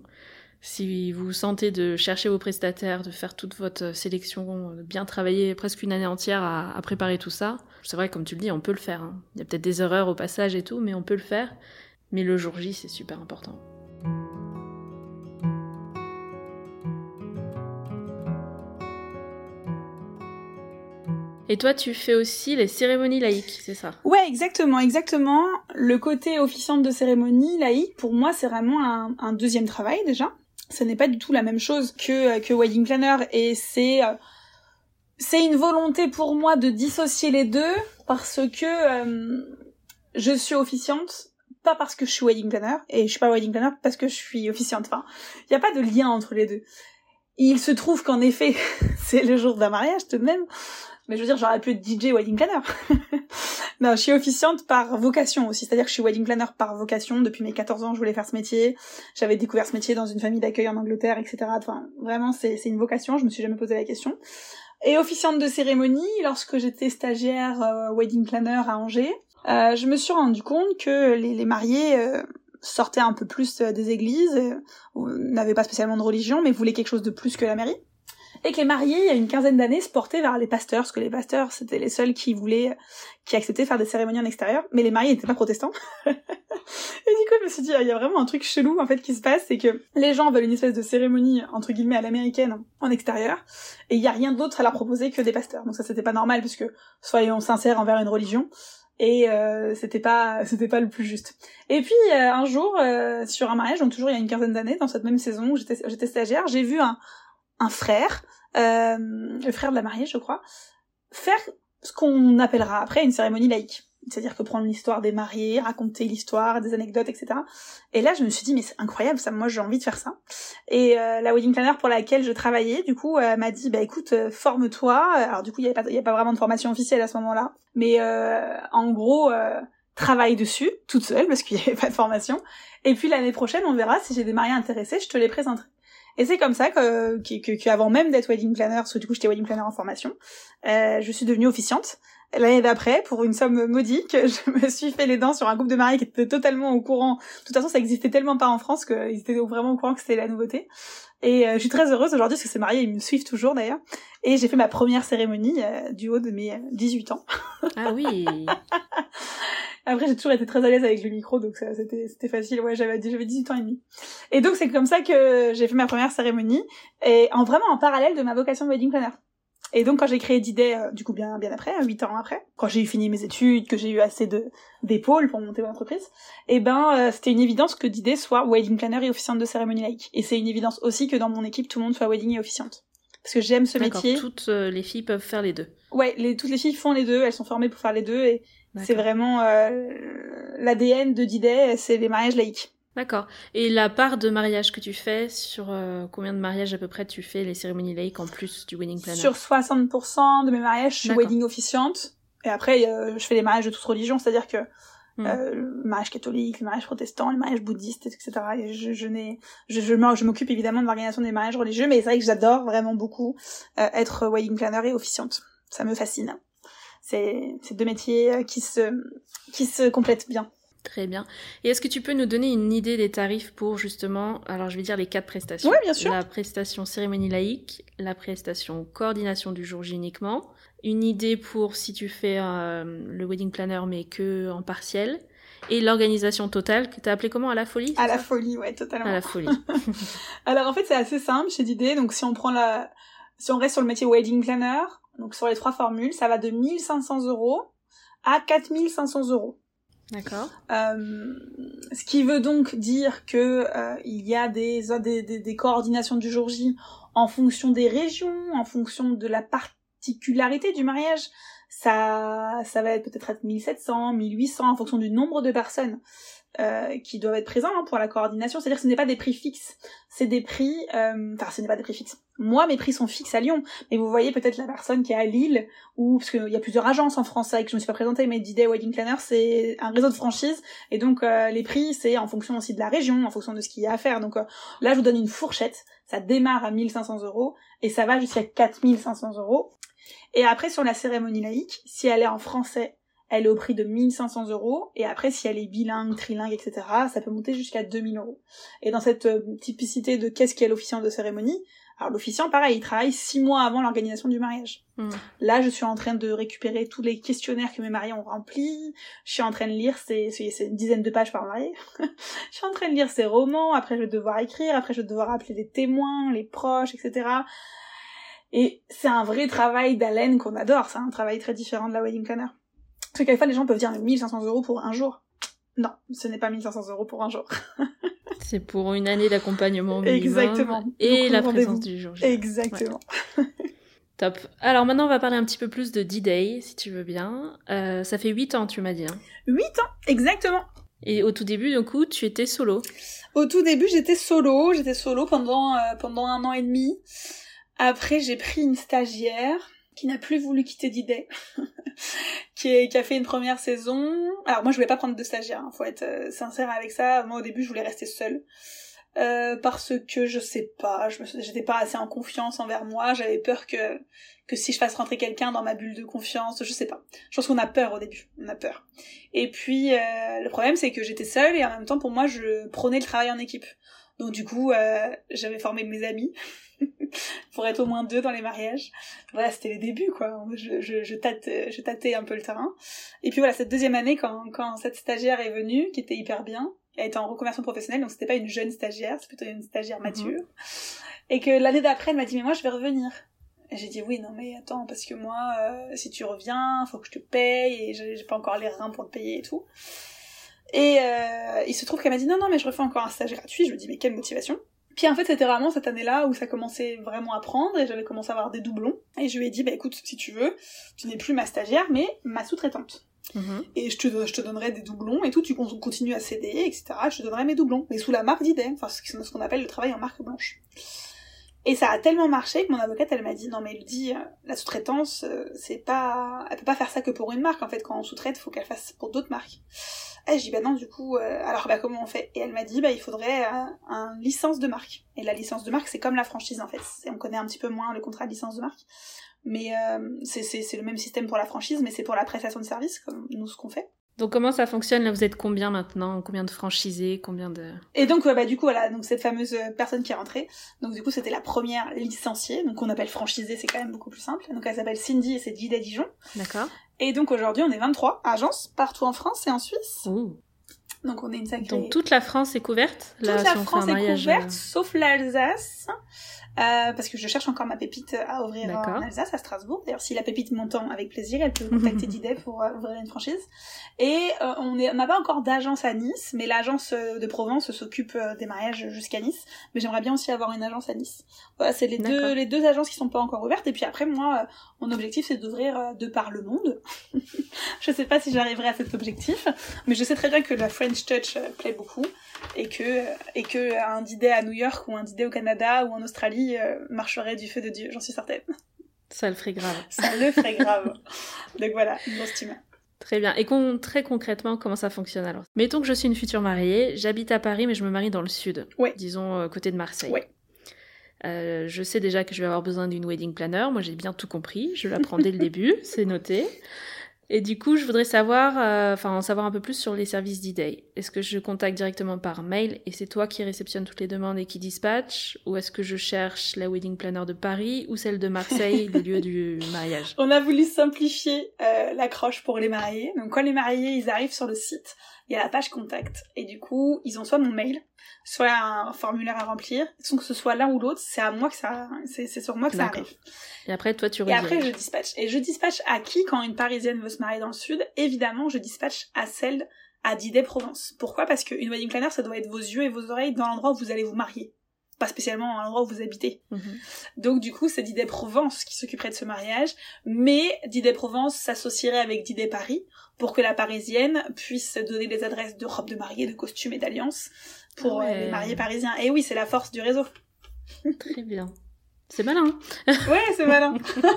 Si vous sentez de chercher vos prestataires, de faire toute votre sélection, de bien travailler presque une année entière à, à préparer tout ça, c'est vrai, comme tu le dis, on peut le faire, hein. Il y a peut-être des erreurs au passage et tout, mais on peut le faire. Mais le jour J, c'est super important. Et toi, tu fais aussi les cérémonies laïques, c'est ça ? Ouais, exactement, exactement. Le côté officiante de cérémonie laïque, pour moi, c'est vraiment un, un deuxième travail, déjà. Ce n'est pas du tout la même chose que, que wedding planner, et c'est, euh, c'est une volonté pour moi de dissocier les deux, parce que euh, je suis officiante, pas parce que je suis wedding planner, et je suis pas wedding planner parce que je suis officiante. Enfin, il y a pas de lien entre les deux. Il se trouve qu'en effet, c'est le jour d'un mariage tout de même, mais je veux dire, j'aurais pu être D J wedding planner. Non, je suis officiante par vocation aussi, c'est-à-dire que je suis wedding planner par vocation. Depuis mes quatorze ans, je voulais faire ce métier. J'avais découvert ce métier dans une famille d'accueil en Angleterre, et cetera. Enfin, vraiment, c'est, c'est une vocation, je me suis jamais posé la question. Et officiante de cérémonie, lorsque j'étais stagiaire euh, wedding planner à Angers, euh, je me suis rendu compte que les, les mariés, euh, sortait un peu plus des églises, euh, n'avait pas spécialement de religion, mais voulait quelque chose de plus que la mairie. Et que les mariés, il y a une quinzaine d'années, se portaient vers les pasteurs, parce que les pasteurs, c'était les seuls qui voulaient, qui acceptaient de faire des cérémonies en extérieur, mais les mariés n'étaient pas protestants. Et du coup, je me suis dit, il y a vraiment un truc chelou, en fait, qui se passe, c'est que les gens veulent une espèce de cérémonie, entre guillemets, à l'américaine, en extérieur, et il y a rien d'autre à leur proposer que des pasteurs. Donc ça, c'était pas normal, puisque, soyons sincères envers une religion, et euh, c'était pas c'était pas le plus juste. Et puis euh, un jour euh, sur un mariage, donc toujours il y a une quinzaine d'années, dans cette même saison où j'étais j'étais stagiaire, j'ai vu un un frère, euh, le frère de la mariée, je crois, faire ce qu'on appellera après une cérémonie laïque. C'est-à-dire que prendre l'histoire des mariés, raconter l'histoire, des anecdotes, et cetera. Et là, je me suis dit, mais c'est incroyable, ça, moi, j'ai envie de faire ça. Et euh, la wedding planner pour laquelle je travaillais, du coup, euh, m'a dit, bah écoute, euh, forme-toi. Alors du coup, il y avait pas, il y a pas vraiment de formation officielle à ce moment-là, mais euh, en gros, euh, travaille dessus, toute seule, parce qu'il y avait pas de formation. Et puis l'année prochaine, on verra si j'ai des mariés intéressés, je te les présenterai. Et c'est comme ça que, que, que qu'avant même d'être wedding planner, parce que du coup j'étais wedding planner en formation, euh, je suis devenue officiante. L'année d'après, pour une somme modique, je me suis fait les dents sur un couple de mariés qui était totalement au courant. De toute façon, ça existait tellement pas en France qu'ils étaient vraiment au courant que c'était la nouveauté. Et euh, je suis très heureuse aujourd'hui parce que ces mariés, ils me suivent toujours d'ailleurs. Et j'ai fait ma première cérémonie euh, du haut de mes dix-huit ans. Ah oui. Après, j'ai toujours été très à l'aise avec le micro, donc ça, c'était, c'était facile. Ouais, j'avais, j'avais dix-huit ans et demi. Et donc, c'est comme ça que j'ai fait ma première cérémonie, et en vraiment en parallèle de ma vocation de wedding planner. Et donc, quand j'ai créé D-Day, euh, du coup, bien, bien après, huit ans après, quand j'ai eu fini mes études, que j'ai eu assez de, d'épaules pour monter mon entreprise, et ben, euh, c'était une évidence que D-Day soit wedding planner et officiante de cérémonie laïque. Et c'est une évidence aussi que dans mon équipe, tout le monde soit wedding et officiante. Parce que j'aime ce D'accord, métier. toutes euh, les filles peuvent faire les deux. Ouais, les, toutes les filles font les deux, elles sont formées pour faire les deux, et D'accord. C'est vraiment euh, l'A D N de D-Day, c'est les mariages laïques. D'accord. Et la part de mariage que tu fais, sur euh, combien de mariages à peu près tu fais les cérémonies laïques en plus du wedding planner? Sur soixante pour cent de mes mariages, je suis D'accord. wedding officiante. Et après, euh, je fais les mariages de toute religion, c'est-à-dire que mmh. euh, le mariage catholique, le mariage protestant, le mariage bouddhiste, et cetera. Et je, je, n'ai, je, je, je m'occupe évidemment de l'organisation des mariages religieux, mais c'est vrai que j'adore vraiment beaucoup euh, être wedding planner et officiante. Ça me fascine. C'est, c'est deux métiers qui se, qui se complètent bien. Très bien. Et est-ce que tu peux nous donner une idée des tarifs pour justement, alors je vais dire les quatre prestations. Oui, bien sûr. La prestation cérémonie laïque, la prestation coordination du jour J uniquement, une idée pour si tu fais euh, le wedding planner mais que en partiel, et l'organisation totale que tu as appelée comment, à la folie? À la folie, ouais, totalement. À la folie. Alors en fait, c'est assez simple chez D-Day. Donc si on prend la, si on reste sur le métier wedding planner, donc sur les trois formules, ça va de mille cinq cents euros à quatre mille cinq cents euros. D'accord. Euh, ce qui veut donc dire que euh, il y a des, des, des, des coordinations du jour J en fonction des régions, en fonction de la particularité du mariage. Ça, ça va être peut-être être mille sept cents, mille huit cents en fonction du nombre de personnes euh, qui doivent être présents hein, pour la coordination. C'est-à-dire que ce n'est pas des prix fixes, c'est des prix... Euh, enfin, ce n'est pas des prix fixes. Moi, mes prix sont fixes à Lyon, mais vous voyez peut-être la personne qui est à Lille, ou parce qu'il y a plusieurs agences en France avec que je me suis pas présentée, mais D-Day Wedding Planner, c'est un réseau de franchises, et donc euh, les prix, c'est en fonction aussi de la région, en fonction de ce qu'il y a à faire. Donc euh, là, je vous donne une fourchette, ça démarre à mille cinq cents euros, et ça va jusqu'à quatre mille cinq cents euros. Et après, sur la cérémonie laïque, si elle est en français, elle est au prix de mille cinq cents euros, et après, si elle est bilingue, trilingue, et cetera, ça peut monter jusqu'à deux mille euros. Et dans cette euh, typicité de qu'est-ce qu'est l'officiant de cérémonie, alors l'officiant, pareil, il travaille six mois avant l'organisation du mariage. Mmh. Là, je suis en train de récupérer tous les questionnaires que mes mariés ont remplis, je suis en train de lire, c'est, c'est une dizaine de pages par marié, je suis en train de lire ses romans, après je vais devoir écrire, après je vais devoir appeler les témoins, les proches, et cetera. Et c'est un vrai travail d'haleine qu'on adore, c'est un travail très différent de la wedding planner. Parce que quelquefois les gens peuvent dire mille cinq cents euros pour un jour. Non, ce n'est pas mille cinq cents euros pour un jour. C'est pour une année d'accompagnement minimum. Exactement. Et donc, la présence du jour J. Exactement. Ouais. Top. Alors maintenant on va parler un petit peu plus de D-Day, si tu veux bien. Euh, ça fait huit ans, tu m'as dit. Hein. huit ans, exactement. Et au tout début, du coup, tu étais solo. Au tout début, j'étais solo. J'étais solo pendant, euh, pendant un an et demi. Après, j'ai pris une stagiaire qui n'a plus voulu quitter D-Day, qui, est, qui a fait une première saison. Alors moi, je voulais pas prendre de stagiaire, hein, faut être euh, sincère avec ça. Moi, au début, je voulais rester seule. euh, parce que je sais pas, je me, j'étais pas assez en confiance envers moi, j'avais peur que que si je fasse rentrer quelqu'un dans ma bulle de confiance, je sais pas. Je pense qu'on a peur au début, on a peur. Et puis euh, le problème c'est que j'étais seule et en même temps pour moi je prônais le travail en équipe. Donc du coup euh, j'avais formé mes amis pour être au moins deux dans les mariages. Voilà, c'était les débuts quoi. Je, je, je, tâte, je tâtais un peu le terrain. Et puis voilà, cette deuxième année quand, quand cette stagiaire est venue, qui était hyper bien, elle était en reconversion professionnelle, donc c'était pas une jeune stagiaire, c'est plutôt une stagiaire mature. Mmh. Et que l'année d'après elle m'a dit mais moi je vais revenir. Et j'ai dit oui non mais attends parce que moi euh, si tu reviens faut que je te paye et j'ai, j'ai pas encore les reins pour te payer et tout. Et euh, il se trouve qu'elle m'a dit non non mais je refais encore un stage gratuit. Je me dis mais quelle motivation. Puis en fait c'était vraiment cette année-là où ça commençait vraiment à prendre et j'avais commencé à avoir des doublons. Et je lui ai dit bah écoute si tu veux tu n'es plus ma stagiaire mais ma sous-traitante. Mmh. Et je te, je te donnerai des doublons et tout, tu continues à s'aider, et cetera. Je te donnerai mes doublons, mais sous la marque d'Idée, enfin ce qu'on appelle le travail en marque blanche. Et ça a tellement marché que mon avocate, elle m'a dit, non mais Elodie, la sous-traitance, c'est pas... Elle peut pas faire ça que pour une marque, en fait, quand on sous-traite, faut qu'elle fasse pour d'autres marques. Et je dis, bah non, du coup, euh, alors bah comment on fait? Et elle m'a dit, bah il faudrait euh, un licence de marque. Et la licence de marque, c'est comme la franchise, en fait. C'est, on connaît un petit peu moins le contrat de licence de marque. Mais euh, c'est, c'est, c'est le même système pour la franchise, mais c'est pour la prestation de service, comme nous, ce qu'on fait. Donc comment ça fonctionne? Là, vous êtes combien maintenant? Combien de franchisés? Combien de... Et donc, bah du coup, voilà, donc cette fameuse personne qui est rentrée, donc du coup, c'était la première licenciée, donc on appelle franchisée, c'est quand même beaucoup plus simple. Donc elle s'appelle Cindy et c'est Guide à Dijon. D'accord. Et donc aujourd'hui, on est vingt-trois agences, partout en France et en Suisse. Ouh. Donc on est une sacrée... Donc toute la France est couverte? Toute là, la si on France fait un est mariage... couverte, sauf l'Alsace. Euh, parce que je cherche encore ma pépite à ouvrir D'accord. en Alsace, à Strasbourg. D'ailleurs, si la pépite m'entend avec plaisir, elle peut contacter Didet pour euh, ouvrir une franchise. Et euh, on est, on n'a pas encore d'agence à Nice, mais l'agence de Provence s'occupe euh, des mariages jusqu'à Nice. Mais j'aimerais bien aussi avoir une agence à Nice. Voilà, c'est les deux, les deux agences qui sont pas encore ouvertes. Et puis après, moi, euh, mon objectif, c'est d'ouvrir euh, de par le monde. Je sais pas si j'arriverai à cet objectif, mais je sais très bien que la French Touch euh, plaît beaucoup. Et que, euh, et que un Didet à New York ou un Didet au Canada ou en Australie euh, marcherait du feu de Dieu, j'en suis certaine. Ça le ferait grave. Ça le ferait grave. Donc voilà, une grosse team. Très bien. Et con- très concrètement, comment ça fonctionne alors? Mettons que je suis une future mariée, j'habite à Paris mais je me marie dans le sud. Ouais. Disons euh, côté de Marseille. Ouais. Euh, je sais déjà que je vais avoir besoin d'une wedding planner, moi j'ai bien tout compris, je l'apprends dès le début, c'est noté. Et du coup, je voudrais savoir, euh, enfin, en savoir un peu plus sur les services d'E-Day. Est-ce que je contacte directement par mail et c'est toi qui réceptionne toutes les demandes et qui dispatche? Ou est-ce que je cherche la wedding planner de Paris ou celle de Marseille, le lieu du mariage? On a voulu simplifier euh, l'accroche pour les mariés. Donc quand les mariés, ils arrivent sur le site, il y a la page contact. Et du coup, ils ont soit mon mail, soit un formulaire à remplir. Sans que ce soit l'un ou l'autre, c'est à moi que ça, c'est, c'est sur moi que D'accord. ça arrive. Et après, toi, tu rediriges. rediriges. Et après, je dispatche. Et je dispatche à qui quand une Parisienne veut se marier dans le Sud? Évidemment, je dispatche à celle à Didet Provence. Pourquoi? Parce qu'une wedding planner, ça doit être vos yeux et vos oreilles dans l'endroit où vous allez vous marier. Pas spécialement à l'endroit où vous habitez. Mmh. Donc du coup, c'est Didet Provence qui s'occuperait de ce mariage, mais Didet Provence s'associerait avec Didet Paris pour que la Parisienne puisse donner des adresses de robes de mariée, de costumes et d'alliances pour ouais. euh, les mariés parisiens. Et oui, c'est la force du réseau. Très bien. C'est malin. Ouais, c'est malin.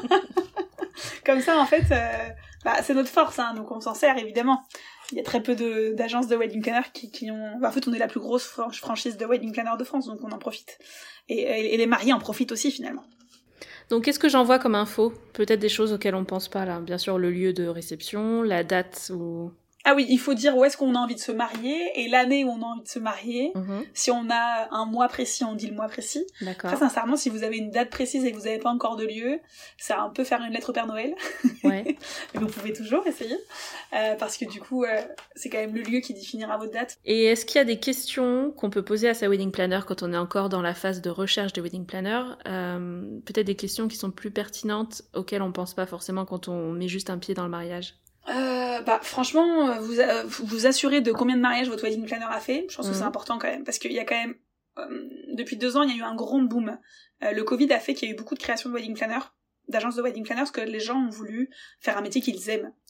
Comme ça, en fait, euh, bah, c'est notre force, hein, donc on s'en sert évidemment. Il y a très peu de, d'agences de wedding planner qui, qui ont... Bah, en fait, on est la plus grosse franchise de wedding planner de France, donc on en profite. Et, et, et les mariés en profitent aussi, finalement. Donc, qu'est-ce que j'envoie comme info? Peut-être des choses auxquelles on pense pas, là. Bien sûr, le lieu de réception, la date ou... Ah oui, il faut dire où est-ce qu'on a envie de se marier et l'année où on a envie de se marier. Mmh. Si on a un mois précis, on dit le mois précis. D'accord. Très sincèrement, si vous avez une date précise et que vous n'avez pas encore de lieu, ça va un peu faire une lettre au Père Noël. Ouais. Mais vous pouvez toujours essayer. Euh, parce que du coup, euh, c'est quand même le lieu qui définira votre date. Et est-ce qu'il y a des questions qu'on peut poser à sa wedding planner quand on est encore dans la phase de recherche de wedding planner? euh, Peut-être des questions qui sont plus pertinentes, auxquelles on pense pas forcément quand on met juste un pied dans le mariage? Euh, bah franchement, vous euh, vous assurez de combien de mariages votre wedding planner a fait. Je pense mmh. que c'est important quand même, parce qu'il y a quand même euh, depuis deux ans, il y a eu un grand boom. Euh, le Covid a fait qu'il y a eu beaucoup de création de wedding planner, d'agences de wedding planners, parce que les gens ont voulu faire un métier qu'ils aiment.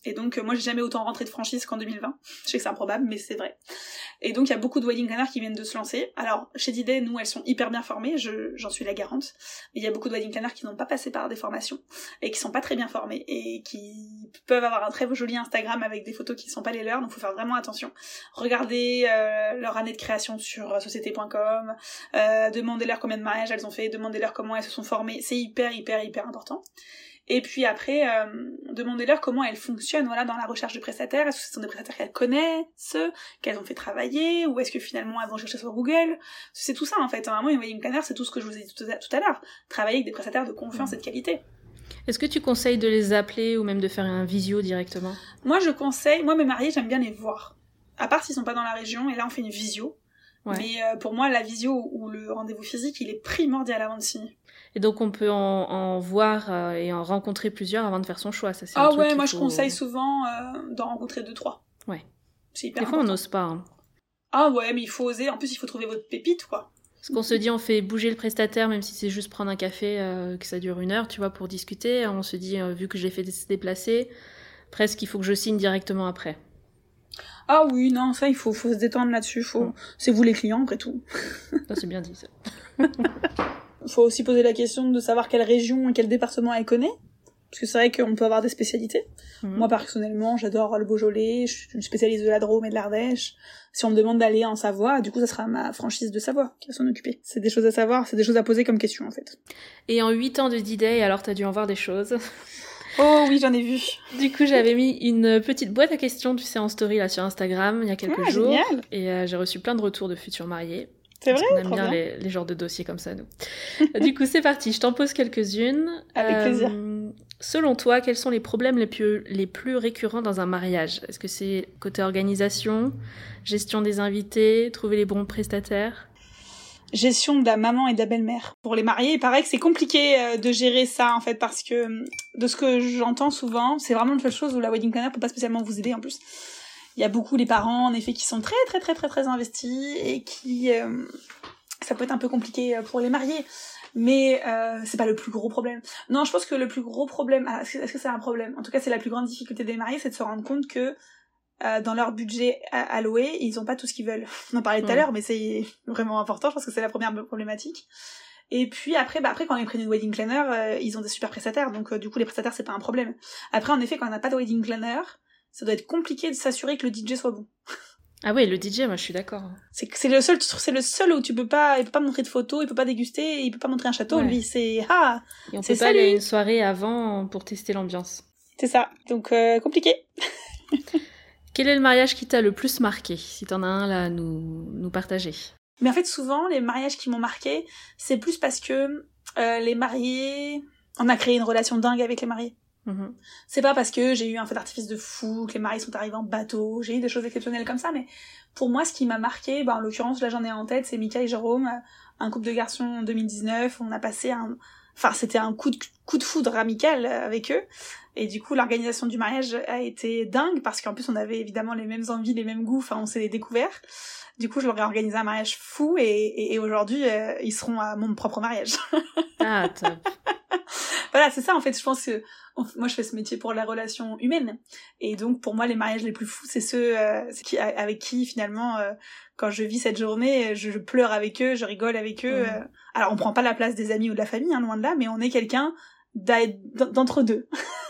Et donc, euh, moi, j'ai jamais autant rentré de franchise qu'en deux mille vingt. Je sais que c'est improbable, mais c'est vrai. Et donc, il y a beaucoup de wedding planners qui viennent de se lancer. Alors, chez D-Day, nous, elles sont hyper bien formées, je, j'en suis la garante. Mais il y a beaucoup de wedding planners qui n'ont pas passé par des formations et qui sont pas très bien formés et qui peuvent avoir un très joli Instagram avec des photos qui ne sont pas les leurs, donc faut faire vraiment attention. Regardez euh, leur année de création sur société point com, euh, demandez-leur combien de mariages elles ont fait, demandez-leur comment elles se sont formées, c'est hyper, hyper, hyper important. Et puis après, euh, demandez-leur comment elles fonctionnent voilà, dans la recherche de prestataires. Est-ce que ce sont des prestataires qu'elles connaissent, qu'elles ont fait travailler, ou est-ce que finalement elles vont chercher sur Google? C'est tout ça en fait. Vraiment, une wedding planner, c'est tout ce que je vous ai dit tout à, tout à l'heure. Travailler avec des prestataires de confiance mmh. et de qualité. Est-ce que tu conseilles de les appeler ou même de faire un visio directement? Moi, je conseille... Moi, mes mariés, j'aime bien les voir. À part s'ils sont pas dans la région, et là, on fait une visio. Ouais. Mais euh, pour moi, la visio ou le rendez-vous physique, il est primordial avant de signer. Et donc on peut en, en voir euh, et en rencontrer plusieurs avant de faire son choix. Ça, c'est ah un ouais, truc moi faut... je conseille souvent euh, d'en rencontrer deux, trois. Ouais. C'est hyper Des fois important. on n'ose pas. Hein. Ah ouais, mais il faut oser. En plus, il faut trouver votre pépite, quoi. Parce qu'on se dit, on fait bouger le prestataire, même si c'est juste prendre un café, euh, que ça dure une heure, tu vois, pour discuter. On se dit, euh, vu que j'ai fait se déplacer, presque il faut que je signe directement après. Ah oui, non, ça, il faut, faut se détendre là-dessus. Faut... Mm. C'est vous les clients, après tout. Ça, c'est bien dit, ça. Faut aussi poser la question de savoir quelle région et quel département elle connaît. Parce que c'est vrai qu'on peut avoir des spécialités. Mmh. Moi, personnellement, j'adore le Beaujolais, je suis une spécialiste de la Drôme et de l'Ardèche. Si on me demande d'aller en Savoie, du coup, ça sera ma franchise de Savoie qui va s'en occuper. C'est des choses à savoir, c'est des choses à poser comme question, en fait. Et en huit ans de D-Day, alors t'as dû en voir des choses. Oh oui, j'en ai vu. Du coup, j'avais mis une petite boîte à questions, tu sais, en story, là, sur Instagram, il y a quelques ah, jours. Génial. Et euh, j'ai reçu plein de retours de futurs mariés. C'est vrai, on aime trop bien, bien. Les, les genres de dossiers comme ça, nous. Du coup, c'est parti. Je t'en pose quelques-unes. Avec euh, plaisir. Selon toi, quels sont les problèmes les plus, les plus récurrents dans un mariage? Est-ce que c'est côté organisation, gestion des invités, trouver les bons prestataires? Gestion de la maman et de la belle-mère. Pour les mariés, il paraît que c'est compliqué de gérer ça, en fait, parce que de ce que j'entends souvent, c'est vraiment une seule chose où la wedding planner peut pas spécialement vous aider, en plus. Il y a beaucoup les parents, en effet, qui sont très, très, très, très, très investis et qui... Euh, ça peut être un peu compliqué pour les mariés, mais euh, c'est pas le plus gros problème. Non, je pense que le plus gros problème... Ah, est-ce que, est-ce que c'est un problème? En tout cas, c'est la plus grande difficulté des mariés, c'est de se rendre compte que euh, dans leur budget alloué, ils ont pas tout ce qu'ils veulent. On en parlait tout à l'heure, mais c'est vraiment important, je pense que c'est la première problématique. Et puis après, bah après quand ils prennent une wedding planner, euh, ils ont des super prestataires, donc euh, du coup les prestataires c'est pas un problème. Après en effet, quand on n'a pas de wedding planner, ça doit être compliqué de s'assurer que le D J soit bon. Ah ouais, le D J, moi je suis d'accord. C'est c'est le seul, c'est le seul où tu peux pas, il peut pas montrer de photos, il peut pas déguster, il peut pas montrer un château. Ouais. Lui, c'est ah. Et on c'est peut pas ça, aller à lui. une soirée avant pour tester l'ambiance. C'est ça, donc euh, compliqué. Quel est le mariage qui t'a le plus marqué, si t'en as un là à nous nous partager? Mais en fait, souvent les mariages qui m'ont marqué, c'est plus parce que euh, les mariés, on a créé une relation dingue avec les mariés. Mmh. C'est pas parce que j'ai eu un feu d'artifice de fou, que les mariés sont arrivés en bateau, j'ai eu des choses exceptionnelles comme ça, mais pour moi, ce qui m'a marqué, bah, en l'occurrence, là j'en ai en tête, c'est Mika et Jérôme, un couple de garçons en deux mille dix-neuf, on a passé un... Enfin, c'était un coup de, coup de foudre amical avec eux, et du coup, l'organisation du mariage a été dingue, parce qu'en plus, on avait évidemment les mêmes envies, les mêmes goûts, enfin, on s'est découverts. Du coup, je leur ai organisé un mariage fou, et, et, et aujourd'hui, euh, ils seront à mon propre mariage. Ah, top. Voilà, c'est ça, en fait, je pense que moi, je fais ce métier pour la relation humaine. Et donc, pour moi, les mariages les plus fous, c'est ceux euh, c'est qui, avec qui, finalement, euh, quand je vis cette journée, je, je pleure avec eux, je rigole avec eux. Mmh. Euh... Alors, on prend pas la place des amis ou de la famille, hein, loin de là, mais on est quelqu'un d'entre deux.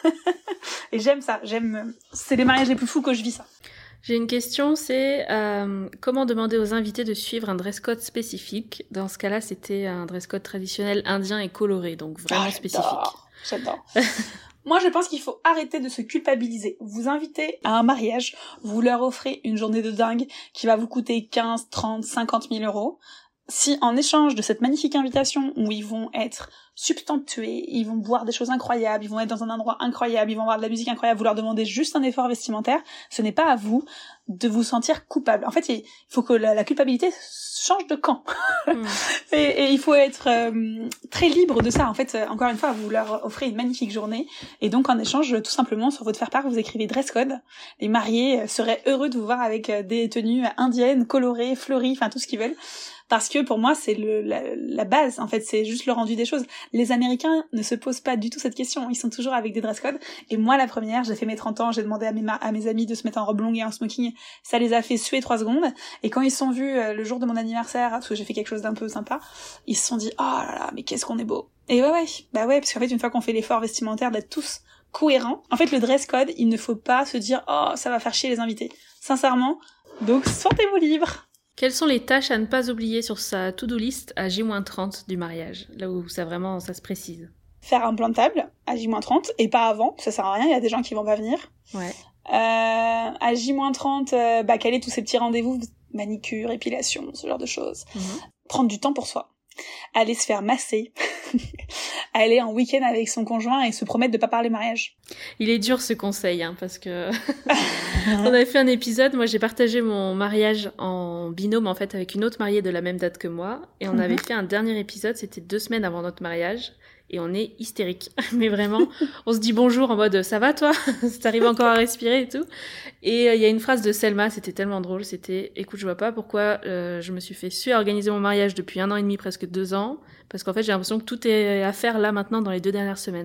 Et j'aime ça, j'aime... C'est les mariages les plus fous que je vis, ça. J'ai une question, c'est euh, comment demander aux invités de suivre un dress code spécifique? Dans ce cas-là, c'était un dress code traditionnel indien et coloré, donc vraiment oh, spécifique. J'adore. Moi, je pense qu'il faut arrêter de se culpabiliser. Vous invitez à un mariage, vous leur offrez une journée de dingue qui va vous coûter quinze, trente, cinquante mille euros. Si en échange de cette magnifique invitation où ils vont être substantués, ils vont boire des choses incroyables, ils vont être dans un endroit incroyable, ils vont avoir de la musique incroyable, vous leur demandez juste un effort vestimentaire, ce n'est pas à vous de vous sentir coupable. En fait, il faut que la, la culpabilité change de camp. Mmh. et, et il faut être euh, très libre de ça. En fait, euh, encore une fois, vous leur offrez une magnifique journée et donc en échange, tout simplement, sur votre faire-part, vous écrivez dress code. Les mariés seraient heureux de vous voir avec des tenues indiennes, colorées, fleuries, enfin tout ce qu'ils veulent. Parce que pour moi, c'est le, la, la base, en fait, c'est juste le rendu des choses. Les Américains ne se posent pas du tout cette question, ils sont toujours avec des dress codes. Et moi, la première, j'ai fait mes trente ans, j'ai demandé à mes, à mes amis de se mettre en robe longue et en smoking, ça les a fait suer trois secondes. Et quand ils se sont vus euh, le jour de mon anniversaire, parce que j'ai fait quelque chose d'un peu sympa, ils se sont dit « Oh là là, mais qu'est-ce qu'on est beau !» Et ouais, ouais, bah ouais, parce qu'en fait, une fois qu'on fait l'effort vestimentaire d'être tous cohérents, en fait, le dress code, il ne faut pas se dire « Oh, ça va faire chier les invités !» Sincèrement, donc sentez-vous libre. Quelles sont les tâches à ne pas oublier sur sa to-do list à J trente du mariage, là où ça vraiment ça se précise? Faire un plan de table à J trente et pas avant, ça sert à rien, il y a des gens qui vont pas venir. Ouais. Euh, à J trente, euh, bah caler tous ces petits rendez-vous, manicure, épilation, ce genre de choses. Mmh. Prendre du temps pour soi. Aller se faire masser. Aller en week-end avec son conjoint et se promettre de pas parler mariage. Il est dur ce conseil, hein, parce que on avait fait un épisode, moi j'ai partagé mon mariage en binôme en fait avec une autre mariée de la même date que moi, et on mm-hmm. avait fait un dernier épisode, c'était deux semaines avant notre mariage, et on est hystérique. Mais vraiment, on se dit bonjour en mode « ça va toi ?» T'arrives encore à respirer et tout. Et il euh, y a une phrase de Selma, c'était tellement drôle, c'était « Écoute, je vois pas pourquoi euh, je me suis fait suer à organiser mon mariage depuis un an et demi, presque deux ans, parce qu'en fait j'ai l'impression que tout est à faire là maintenant dans les deux dernières semaines. »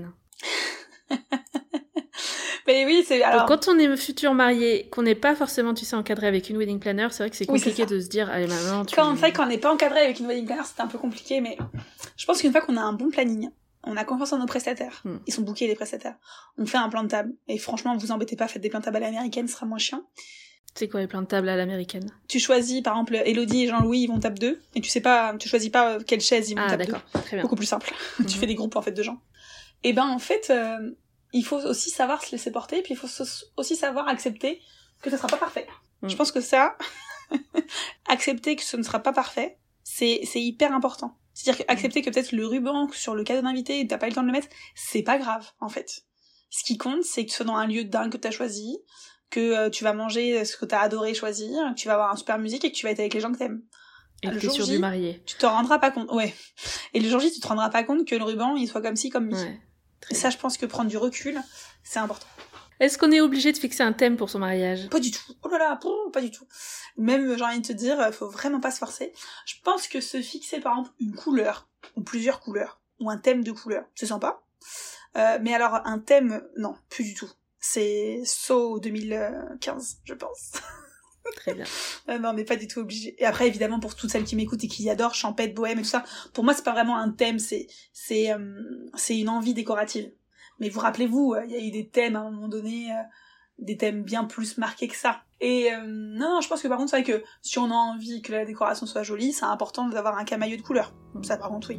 Mais oui, c'est alors. Donc, quand on est futur marié, qu'on n'est pas forcément, tu sais, encadré avec une wedding planner, c'est vrai que c'est compliqué oui, c'est de se dire, allez, maintenant, tu. Quand, en fait, quand on n'est pas encadré avec une wedding planner, c'est un peu compliqué, mais je pense qu'une fois qu'on a un bon planning, on a confiance en nos prestataires. Hmm. Ils sont bookés, les prestataires. On fait un plan de table. Et franchement, vous embêtez pas, faites des plans de table à l'américaine, ce sera moins chiant. C'est quoi les plans de table à l'américaine? Tu choisis, par exemple, Elodie et Jean-Louis, ils vont table deux, et tu sais pas, tu choisis pas quelle chaise ils vont ah, table deux. Ah, d'accord, très bien. Beaucoup plus simple. Mm-hmm. Tu fais des groupes, en fait, de gens. Et ben, en fait, euh, il faut aussi savoir se laisser porter, puis il faut aussi savoir accepter que ce sera pas parfait. Mm. Je pense que ça, accepter que ce ne sera pas parfait, c'est, c'est hyper important. C'est-à-dire que accepter que peut-être le ruban sur le cadeau d'invité, t'as pas eu le temps de le mettre, c'est pas grave, en fait. Ce qui compte, c'est que ce soit dans un lieu dingue que t'as choisi, que euh, tu vas manger ce que t'as adoré choisir, que tu vas avoir un super musique et que tu vas être avec les gens que t'aimes. Et que t'es sûr du marié. Tu te rendras pas compte, ouais. Et le jour J, tu te rendras pas compte que le ruban, il soit comme ci, comme mi. Ouais. Et ça, je pense que prendre du recul, c'est important. Est-ce qu'on est obligé de fixer un thème pour son mariage? Pas du tout. Oh là là, pas du tout. Même, j'ai envie de te dire, faut vraiment pas se forcer. Je pense que se fixer, par exemple, une couleur, ou plusieurs couleurs, ou un thème de couleurs, c'est sympa. Euh, mais alors, un thème, non, plus du tout. C'est So deux mille quinze, je pense. Très bien. Non, on n'est pas du tout obligé. Et après, évidemment, pour toutes celles qui m'écoutent et qui adorent champêtre, bohème et tout ça, pour moi, c'est pas vraiment un thème, c'est c'est euh, c'est une envie décorative. Mais vous rappelez-vous, il y a eu des thèmes à un moment donné, euh, des thèmes bien plus marqués que ça. Et euh, non, non, je pense que par contre, c'est vrai que si on a envie que la décoration soit jolie, c'est important d'avoir un camailleux de couleurs. Ça, par contre, oui.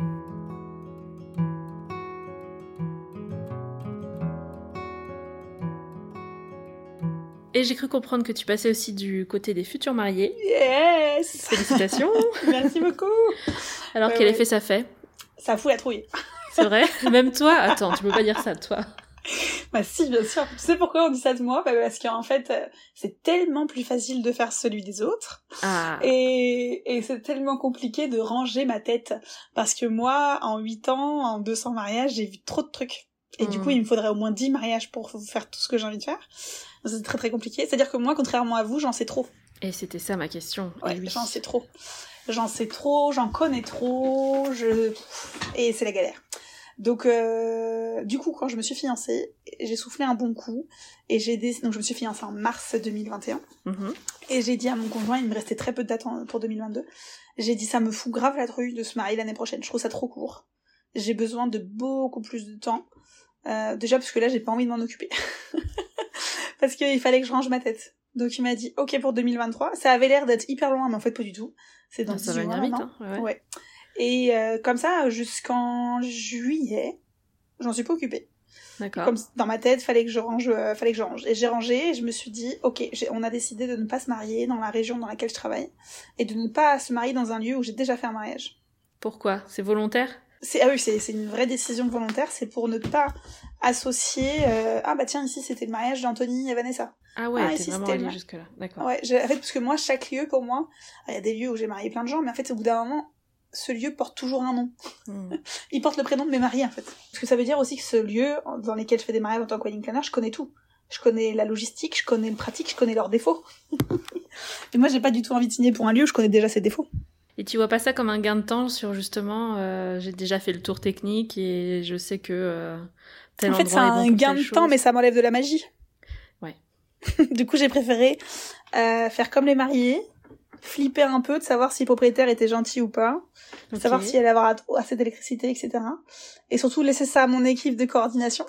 Et j'ai cru comprendre que tu passais aussi du côté des futurs mariés. Yes! Félicitations! Merci beaucoup! Alors, ouais, quel ouais. effet ça fait? Ça fout la trouille. C'est vrai? Même toi? Attends, tu peux pas dire ça, toi. Bah si, bien sûr. Tu sais pourquoi on dit ça de moi? Bah parce qu'en fait, euh, c'est tellement plus facile de faire celui des autres. Ah. Et, et c'est tellement compliqué de ranger ma tête. Parce que moi, en huit ans, en deux cents mariages, j'ai vu trop de trucs. Et mmh. du coup, il me faudrait au moins dix mariages pour faire tout ce que j'ai envie de faire. C'est très très compliqué. C'est-à-dire que moi, contrairement à vous, j'en sais trop. Et c'était ça ma question. Ouais, oui. J'en sais trop. J'en sais trop, j'en connais trop, je... et c'est la galère. Donc, euh, du coup, quand je me suis fiancée, j'ai soufflé un bon coup, et j'ai décidé... Donc, je me suis fiancée en mars deux mille vingt et un, mm-hmm. et j'ai dit à mon conjoint, il me restait très peu de date pour deux mille vingt-deux, j'ai dit, ça me fout grave la trouille de se marier l'année prochaine, je trouve ça trop court. J'ai besoin de beaucoup plus de temps, euh, déjà parce que là, j'ai pas envie de m'en occuper. Parce qu'il fallait que je range ma tête. Donc il m'a dit ok pour deux mille vingt-trois, ça avait l'air d'être hyper loin mais en fait pas du tout. C'est dans ça va venir vite hein. Ouais. ouais. Et euh, comme ça jusqu'en juillet, j'en suis pas occupée. D'accord. Comme dans ma tête, fallait que je range euh, fallait que je range et j'ai rangé et je me suis dit OK, j'ai, on a décidé de ne pas se marier dans la région dans laquelle je travaille et de ne pas se marier dans un lieu où j'ai déjà fait un mariage. Pourquoi? C'est volontaire? C'est, ah oui, c'est, c'est une vraie décision volontaire, c'est pour ne pas associer euh, ah bah tiens ici c'était le mariage d'Anthony et Vanessa. Ah ouais, ah, t'es vraiment allée le... jusque là, d'accord. Ouais, j'ai... en fait parce que moi chaque lieu pour moi, il y a des lieux où j'ai marié plein de gens, mais en fait au bout d'un moment, ce lieu porte toujours un nom. Mm. Il porte le prénom de mes mariés en fait. Parce que ça veut dire aussi que ce lieu dans lequel je fais des mariages en tant que wedding planner, je connais tout. Je connais la logistique, je connais le pratique, je connais leurs défauts. Et moi j'ai pas du tout envie de signer pour un lieu où je connais déjà ses défauts. Et tu vois pas ça comme un gain de temps sur justement, euh, j'ai déjà fait le tour technique et je sais que euh, tel En fait, endroit c'est est bon un pour gain telle de temps, chose. mais ça m'enlève de la magie. Ouais. Du coup, j'ai préféré euh, faire comme les mariés, flipper un peu de savoir si le propriétaire était gentil ou pas, Ok. savoir s'il allait avoir assez d'électricité, et cetera. Et surtout, laisser ça à mon équipe de coordination.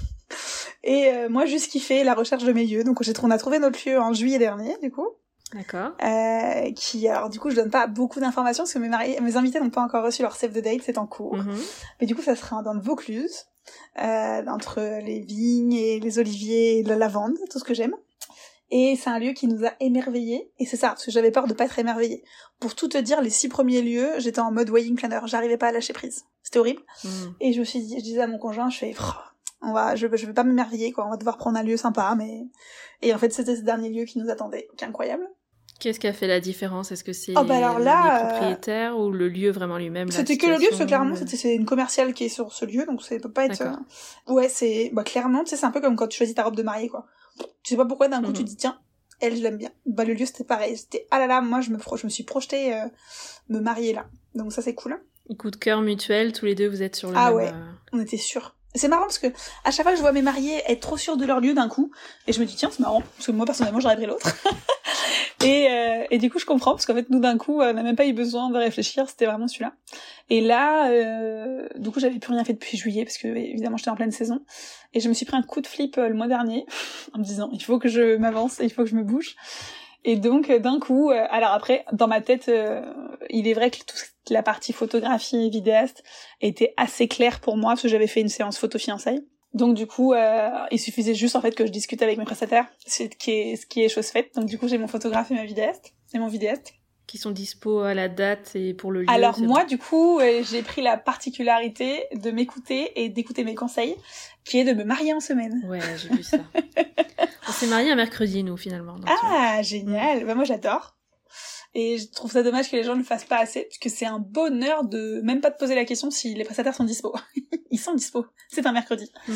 Et euh, moi, juste kiffer la recherche de mes lieux. Donc, j'ai, on a trouvé notre lieu en juillet dernier, du coup. D'accord. Euh, qui, alors, du coup, je donne pas beaucoup d'informations parce que mes, mariés, mes invités n'ont pas encore reçu leur save the date, c'est en cours. Mm-hmm. Mais du coup, ça sera dans le Vaucluse, euh, entre les vignes et les oliviers et la lavande, tout ce que j'aime. Et c'est un lieu qui nous a émerveillés. Et c'est ça, parce que j'avais peur de pas être émerveillée. Pour tout te dire, les six premiers lieux, j'étais en mode wedding planner. J'arrivais pas à lâcher prise. C'était horrible. Mm. Et je me suis dit, je disais à mon conjoint, je fais, on va, je, je vais pas m'émerveiller, quoi. On va devoir prendre un lieu sympa, mais, et en fait, c'était ce dernier lieu qui nous attendait, qui est incroyable. Qu'est-ce qui a fait la différence? Est-ce que c'est oh, bah alors là, les propriétaires euh... ou le lieu vraiment lui-même? C'était que le lieu, parce que clairement, le... c'était, c'est une commerciale qui est sur ce lieu, donc ça peut pas être... D'accord. Euh... Ouais, c'est... Bah, clairement, tu sais, c'est un peu comme quand tu choisis ta robe de mariée, quoi. Tu sais pas pourquoi, d'un coup, mm-hmm. tu dis, tiens, elle, je l'aime bien. Bah, le lieu, c'était pareil. C'était, ah là là, moi, je me, pro... je me suis projetée euh, me marier là. Donc ça, c'est cool. Coup de cœur mutuel, tous les deux, vous êtes sur le ah, même... Ah ouais, euh... on était sûrs. C'est marrant parce que à chaque fois que je vois mes mariés être trop sûrs de leur lieu d'un coup, et je me dis tiens c'est marrant parce que moi personnellement j'aurais pris l'autre. et euh, et du coup je comprends parce qu'en fait nous d'un coup on n'a même pas eu besoin de réfléchir, c'était vraiment celui-là. Et là euh, du coup j'avais plus rien fait depuis juillet parce que évidemment j'étais en pleine saison et je me suis pris un coup de flip euh, le mois dernier en me disant il faut que je m'avance, il faut que je me bouge. Et donc, d'un coup, euh, alors après, dans ma tête, euh, il est vrai que toute la partie photographie et vidéaste était assez claire pour moi, parce que j'avais fait une séance photo-fiançailles. Donc du coup, euh, il suffisait juste en fait que je discute avec mes prestataires, ce qui est, ce qui est chose faite. Donc du coup, j'ai mon photographe et ma vidéaste, et mon vidéaste. Qui sont dispo à la date et pour le lieu. Alors moi, bon. du coup, euh, j'ai pris la particularité de m'écouter et d'écouter mes conseils, qui est de me marier en semaine. Ouais, j'ai vu ça. On s'est mariés un mercredi, nous, finalement. Donc, ah, euh... génial. Mmh. Bah, moi, j'adore. Et je trouve ça dommage que les gens ne le fassent pas assez, parce que c'est un bonheur de même pas te poser la question si les prestataires sont dispo. Ils sont dispo. C'est un mercredi. Mmh.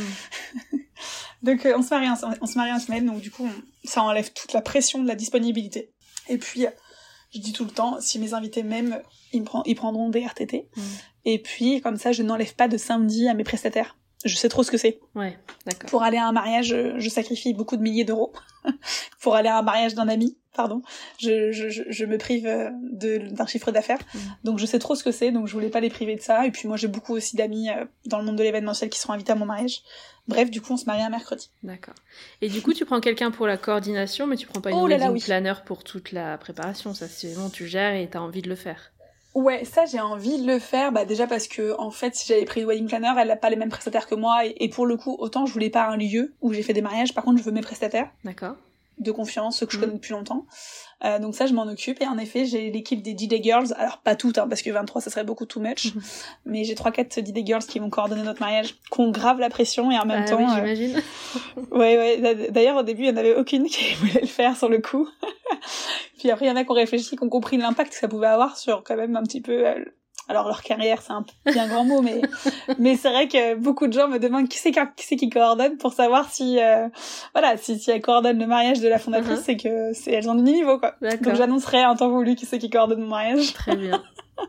donc, euh, on se marie en, on se marie en semaine, donc du coup, on, ça enlève toute la pression de la disponibilité. Et puis, euh, je dis tout le temps, si mes invités m'aiment, ils, me prend, ils prendront des R T T. Mmh. Et puis, comme ça, je n'enlève pas de samedi à mes prestataires. Je sais trop ce que c'est. Ouais, d'accord. Pour aller à un mariage, je, je sacrifie beaucoup de milliers d'euros. Pour aller à un mariage d'un ami, pardon, je, je, je, je me prive de, d'un chiffre d'affaires. Mmh. Donc je sais trop ce que c'est, donc je voulais pas les priver de ça. Et puis moi, j'ai beaucoup aussi d'amis euh, dans le monde de l'événementiel qui seront invités à mon mariage. Bref, du coup, on se marie un mercredi. D'accord. Et du coup, tu prends quelqu'un pour la coordination, mais tu prends pas une oh wedding là, oui. planner pour toute la préparation. Ça, c'est bon, tu gères et t'as envie de le faire. Ouais, ça j'ai envie de le faire, bah déjà parce que en fait si j'avais pris le wedding planner, elle n'a pas les mêmes prestataires que moi et, et pour le coup autant je voulais pas un lieu où j'ai fait des mariages, par contre je veux mes prestataires. D'accord. De confiance, ceux que je mmh. connais depuis longtemps. Euh, donc ça je m'en occupe et en effet j'ai l'équipe des D J Girls, alors pas toutes hein, parce que vingt-trois ça serait beaucoup too much, mmh. mais j'ai trois quatre D J Girls qui vont coordonner notre mariage, qu'on grave la pression et en même bah, temps. Oui, j'imagine. Euh... ouais ouais. D'ailleurs au début il y en avait aucune qui voulait le faire sur le coup. Puis après il y en a qui ont réfléchi, qui ont compris l'impact que ça pouvait avoir sur quand même un petit peu. Euh, Alors leur carrière, c'est un bien grand mot, mais mais c'est vrai que beaucoup de gens me demandent qui c'est qui, qui c'est qui coordonne pour savoir si euh, voilà si si elle coordonne le mariage de la fondatrice, uh-huh. c'est que c'est elles ont du niveau quoi. D'accord. Donc j'annoncerai en temps voulu qui c'est qui coordonne mon mariage. Très bien.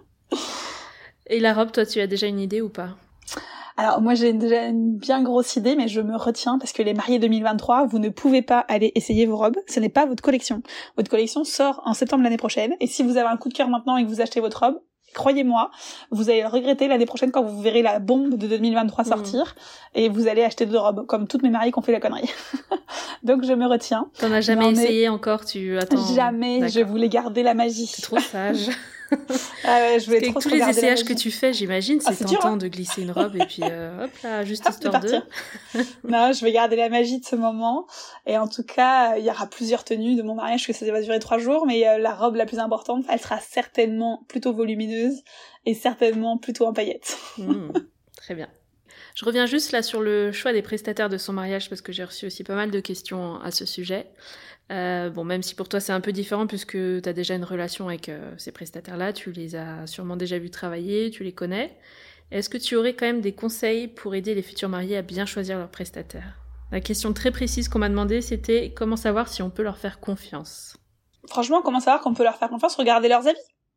Et la robe, toi, tu as déjà une idée ou pas? Alors moi j'ai déjà une bien grosse idée, mais je me retiens parce que les mariés deux mille vingt-trois, vous ne pouvez pas aller essayer vos robes, ce n'est pas votre collection. Votre collection sort en septembre l'année prochaine, et si vous avez un coup de cœur maintenant et que vous achetez votre robe, croyez-moi, vous allez le regretter l'année prochaine quand vous verrez la bombe de deux mille vingt-trois sortir, mmh. et vous allez acheter deux robes, comme toutes mes mariées qui ont fait la connerie. Donc je me retiens. T'en as jamais essayé encore, tu attends. Jamais, D'accord. Je voulais garder la magie. C'est trop sage. Ah ouais, je voulais Parce trop tous les essayages que tu fais, j'imagine, c'est, ah, c'est tentant dur, hein de glisser une robe et puis euh, hop là, juste hop, histoire de... Non, je vais garder la magie de ce moment. Et en tout cas, il y aura plusieurs tenues de mon mariage, que ça va durer trois jours, mais euh, la robe la plus importante, elle sera certainement plutôt volumineuse et certainement plutôt en paillettes. Mmh, très bien. Je reviens juste là sur le choix des prestataires de son mariage parce que j'ai reçu aussi pas mal de questions à ce sujet. Euh, bon, même si pour toi c'est un peu différent puisque tu as déjà une relation avec euh, ces prestataires-là, tu les as sûrement déjà vus travailler, tu les connais. Est-ce que tu aurais quand même des conseils pour aider les futurs mariés à bien choisir leurs prestataires? La question très précise qu'on m'a demandé, c'était comment savoir si on peut leur faire confiance? Franchement, comment savoir qu'on peut leur faire confiance? Regardez leurs avis.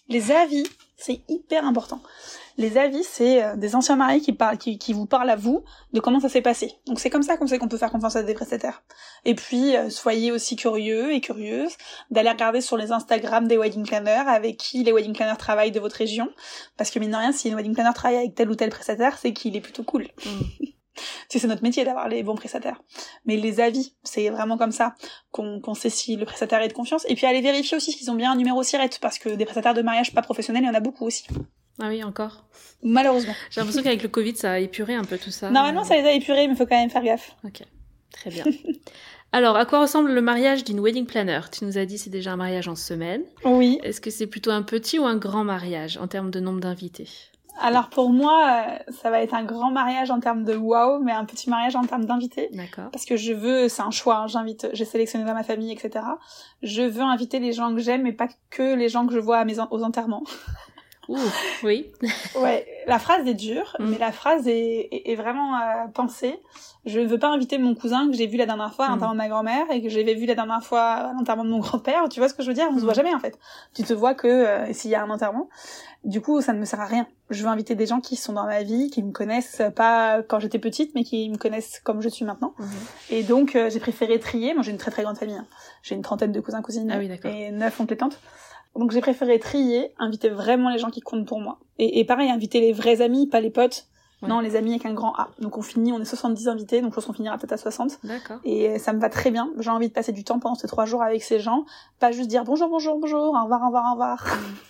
Les avis, c'est hyper important. Les avis, c'est euh, des anciens mariés qui, parlent, qui, qui vous parlent à vous de comment ça s'est passé. Donc c'est comme ça qu'on sait qu'on peut faire confiance à des prestataires. Et puis, euh, soyez aussi curieux et curieuses d'aller regarder sur les Instagram des wedding planners avec qui les wedding planners travaillent de votre région. Parce que mine de rien, si une wedding planner travaille avec tel ou tel prestataire, c'est qu'il est plutôt cool. Mm. Tu sais, c'est notre métier d'avoir les bons prestataires. Mais les avis, c'est vraiment comme ça qu'on, qu'on sait si le prestataire est de confiance. Et puis aller vérifier aussi s'ils ont bien un numéro SIRET, parce que des prestataires de mariage pas professionnels, il y en a beaucoup aussi. Ah oui, encore. Malheureusement. J'ai l'impression qu'avec le Covid, ça a épuré un peu tout ça. Normalement, ça les a épurés, mais faut quand même faire gaffe. Ok, très bien. Alors, à quoi ressemble le mariage d'une wedding planner ? Tu nous as dit c'est déjà un mariage en semaine. Oui. Est-ce que c'est plutôt un petit ou un grand mariage en termes de nombre d'invités ? Alors pour moi, ça va être un grand mariage en termes de wow, mais un petit mariage en termes d'invités. D'accord. Parce que je veux, c'est un choix, hein, j'invite, j'ai sélectionné dans ma famille, et cetera. Je veux inviter les gens que j'aime, mais pas que les gens que je vois à mes en- aux enterrements. Ouh, oui. Ouais, la phrase est dure, Mm. mais la phrase est, est, est vraiment euh, pensée. Je ne veux pas inviter mon cousin que j'ai vu la dernière fois à l'enterrement de ma grand-mère et que j'avais vu la dernière fois à l'enterrement de mon grand-père. Tu vois ce que je veux dire ? On se voit jamais en fait. Tu te vois que euh, s'il y a un enterrement. Du coup, ça ne me sert à rien. Je veux inviter des gens qui sont dans ma vie, qui me connaissent pas quand j'étais petite, mais qui me connaissent comme je suis maintenant. Mm-hmm. Et donc, euh, j'ai préféré trier. Moi, j'ai une très très grande famille. Hein. J'ai une trentaine de cousins, cousines ah oui, d'accord. et neuf oncles et tantes. Donc j'ai préféré trier, inviter vraiment les gens qui comptent pour moi. Et, et pareil, inviter les vrais amis, pas les potes. Ouais. Non, les amis avec un grand A. Donc on finit, on est soixante-dix invités, donc je pense qu'on finira peut-être à soixante. D'accord. Et ça me va très bien. J'ai envie de passer du temps pendant ces trois jours avec ces gens. Pas juste dire bonjour, bonjour, bonjour, au revoir, au revoir, au revoir.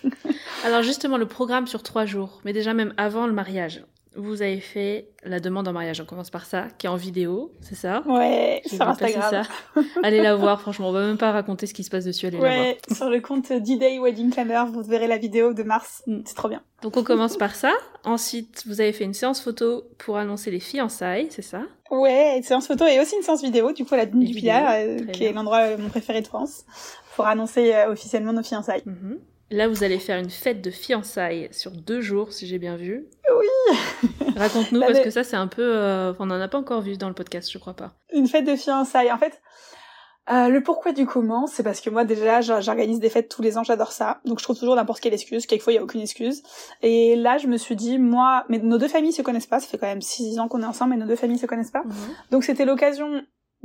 Alors justement, le programme sur trois jours, mais déjà même avant le mariage, vous avez fait la demande en mariage. On commence par ça, qui est en vidéo, c'est ça ? Ouais, sur Instagram. Ça. Allez la voir, franchement, on va même pas raconter ce qui se passe dessus, allez ouais, la voir. Sur le compte D-Day Wedding Planner, vous verrez la vidéo de mars, c'est trop bien. Donc on commence par ça. Ensuite, vous avez fait une séance photo pour annoncer les fiançailles, c'est ça ? Ouais, une séance photo et aussi une séance vidéo, du coup à la Dune du Pilat, euh, qui bien. Est l'endroit euh, mon préféré de France, pour annoncer euh, officiellement nos fiançailles. Mm-hmm. Là, vous allez faire une fête de fiançailles sur deux jours, si j'ai bien vu. Oui. Raconte-nous, parce que ça, c'est un peu... Euh, on n'en a pas encore vu dans le podcast, je crois pas. Une fête de fiançailles. En fait, euh, le pourquoi du comment, c'est parce que moi, déjà, j'organise des fêtes tous les ans, j'adore ça. Donc, je trouve toujours n'importe quelle excuse. Quelquefois, il y a aucune excuse. Et là, je me suis dit, moi... Mais nos deux familles se connaissent pas. Ça fait quand même six ans qu'on est ensemble, mais nos deux familles se connaissent pas. Mm-hmm. Donc, c'était l'occasion...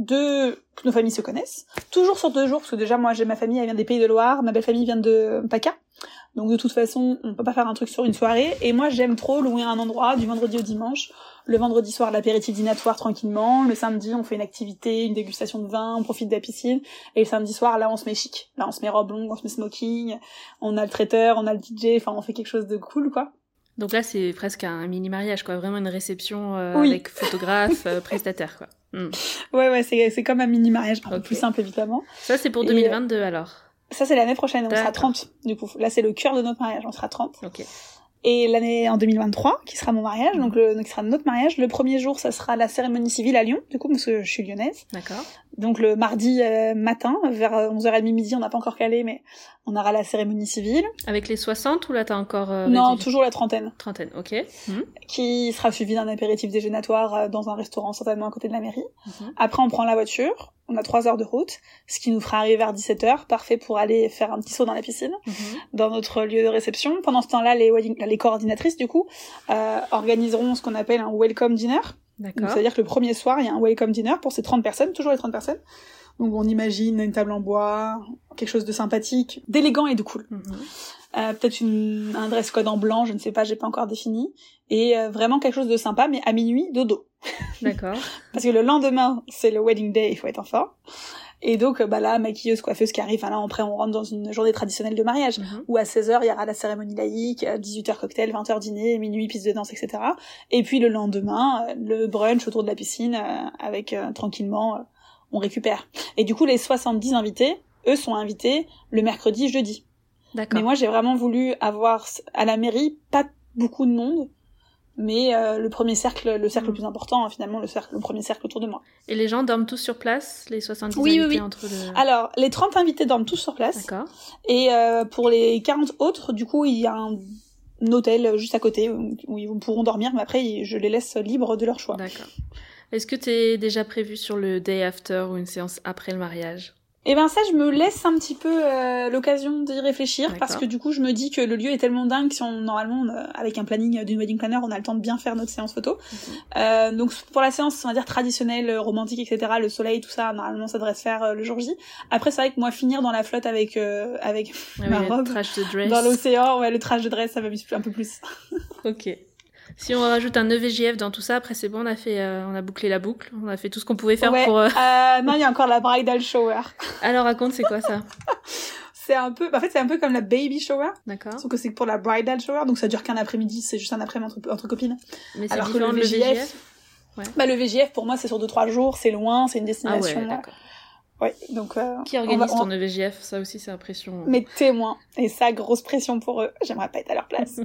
de que nos familles se connaissent, toujours sur deux jours, parce que déjà moi j'ai ma famille, elle vient des Pays de Loire, ma belle famille vient de PACA, donc de toute façon on peut pas faire un truc sur une soirée, et moi j'aime trop louer un endroit du vendredi au dimanche, le vendredi soir l'apéritif dînatoire tranquillement, le samedi on fait une activité, une dégustation de vin, on profite de la piscine, et le samedi soir là on se met chic, là on se met robe longue, on se met smoking, on a le traiteur, on a le D J, enfin on fait quelque chose de cool quoi. Donc là, c'est presque un mini-mariage, quoi. Vraiment une réception euh, oui. avec photographe, euh, prestataire, quoi. Mm. Ouais, ouais, c'est, c'est comme un mini-mariage, un okay. peu plus simple, évidemment. Ça, c'est pour deux mille vingt-deux, Et, alors Ça, c'est l'année prochaine, on D'accord. sera trente, du coup. Là, c'est le cœur de notre mariage, on sera trente. Ok. Et l'année en deux mille vingt-trois, qui sera mon mariage, donc, le, donc qui sera notre mariage. Le premier jour, ça sera la cérémonie civile à Lyon, du coup, parce que je suis lyonnaise. D'accord. Donc le mardi euh, matin, vers onze heures trente midi, on n'a pas encore calé, mais on aura la cérémonie civile. Avec les soixante ou là t'as encore... Euh, non, toujours la trentaine. Trentaine, ok. Mmh. Qui sera suivie d'un apéritif déjeunatoire euh, dans un restaurant certainement à côté de la mairie. Mmh. Après, on prend la voiture, on a trois heures de route, ce qui nous fera arriver vers dix-sept heures, parfait pour aller faire un petit saut dans la piscine, mmh. dans notre lieu de réception. Pendant ce temps-là, les, wedding... les coordinatrices, du coup, euh, organiseront ce qu'on appelle un welcome dinner. D'accord. Donc, c'est-à-dire que le premier soir, il y a un welcome dinner pour ces trente personnes, toujours les trente personnes. Donc on imagine une table en bois, quelque chose de sympathique, d'élégant et de cool. Mm-hmm. Euh, peut-être une, un dress code en blanc, je ne sais pas, j'ai pas encore défini. Et euh, vraiment quelque chose de sympa, mais à minuit, dodo. D'accord. Parce que le lendemain, c'est le wedding day, il faut être en forme. Et donc, bah là, maquilleuse, coiffeuse qui arrive, enfin là, après, on rentre dans une journée traditionnelle de mariage, mm-hmm. où à seize heures, il y aura la cérémonie laïque, dix-huit heures cocktail, vingt heures dîner, minuit, piste de danse, et cetera. Et puis le lendemain, le brunch autour de la piscine, euh, avec euh, tranquillement, euh, on récupère. Et du coup, les soixante-dix invités, eux, sont invités le mercredi, jeudi. D'accord. Mais moi, j'ai vraiment voulu avoir, à la mairie, pas beaucoup de monde, mais euh, le premier cercle, le cercle mmh. le plus important, hein, finalement, le, cercle, le premier cercle autour de moi. Et les gens dorment tous sur place, les soixante-dix oui, invités oui, oui. entre le... Alors, les trente invités dorment tous sur place. D'accord. Et euh, pour les quarante autres, du coup, il y a un, un hôtel juste à côté où ils pourront dormir, mais après, je les laisse libres de leur choix. D'accord. Est-ce que t'es déjà prévu sur le day after ou une séance après le mariage ? Eh ben ça, je me laisse un petit peu euh, l'occasion d'y réfléchir. D'accord. Parce que du coup, je me dis que le lieu est tellement dingue que si on, normalement, euh, avec un planning d'une wedding planner, on a le temps de bien faire notre séance photo. Mm-hmm. Euh, donc pour la séance, on va dire traditionnelle, romantique, et cetera, le soleil, tout ça, normalement, ça devrait se faire euh, le jour J. Après, c'est vrai que moi, finir dans la flotte avec euh, avec ah ma oui, robe le trash de dress dans l'océan, ouais, le trash de dress, ça m'amuse un peu plus. Ok. Si on rajoute un E V J F dans tout ça, après c'est bon, on a fait, euh, on a bouclé la boucle, on a fait tout ce qu'on pouvait faire ouais, pour. Euh... Euh, non, il y a encore la bridal shower. Alors raconte, c'est quoi ça? C'est un peu, en fait, c'est un peu comme la baby shower. D'accord. Sauf que c'est pour la bridal shower, donc ça dure qu'un après-midi, c'est juste un après-midi entre, entre copines. Mais c'est alors différent que le de V J F, ouais. Bah le V J F pour moi c'est sur deux trois jours, c'est loin, c'est une destination. Ah ouais, d'accord. Ouais, donc euh, qui organise on va, on... ton E V J F? Ça aussi c'est impression. Mes témoins, et ça grosse pression pour eux. J'aimerais pas être à leur place.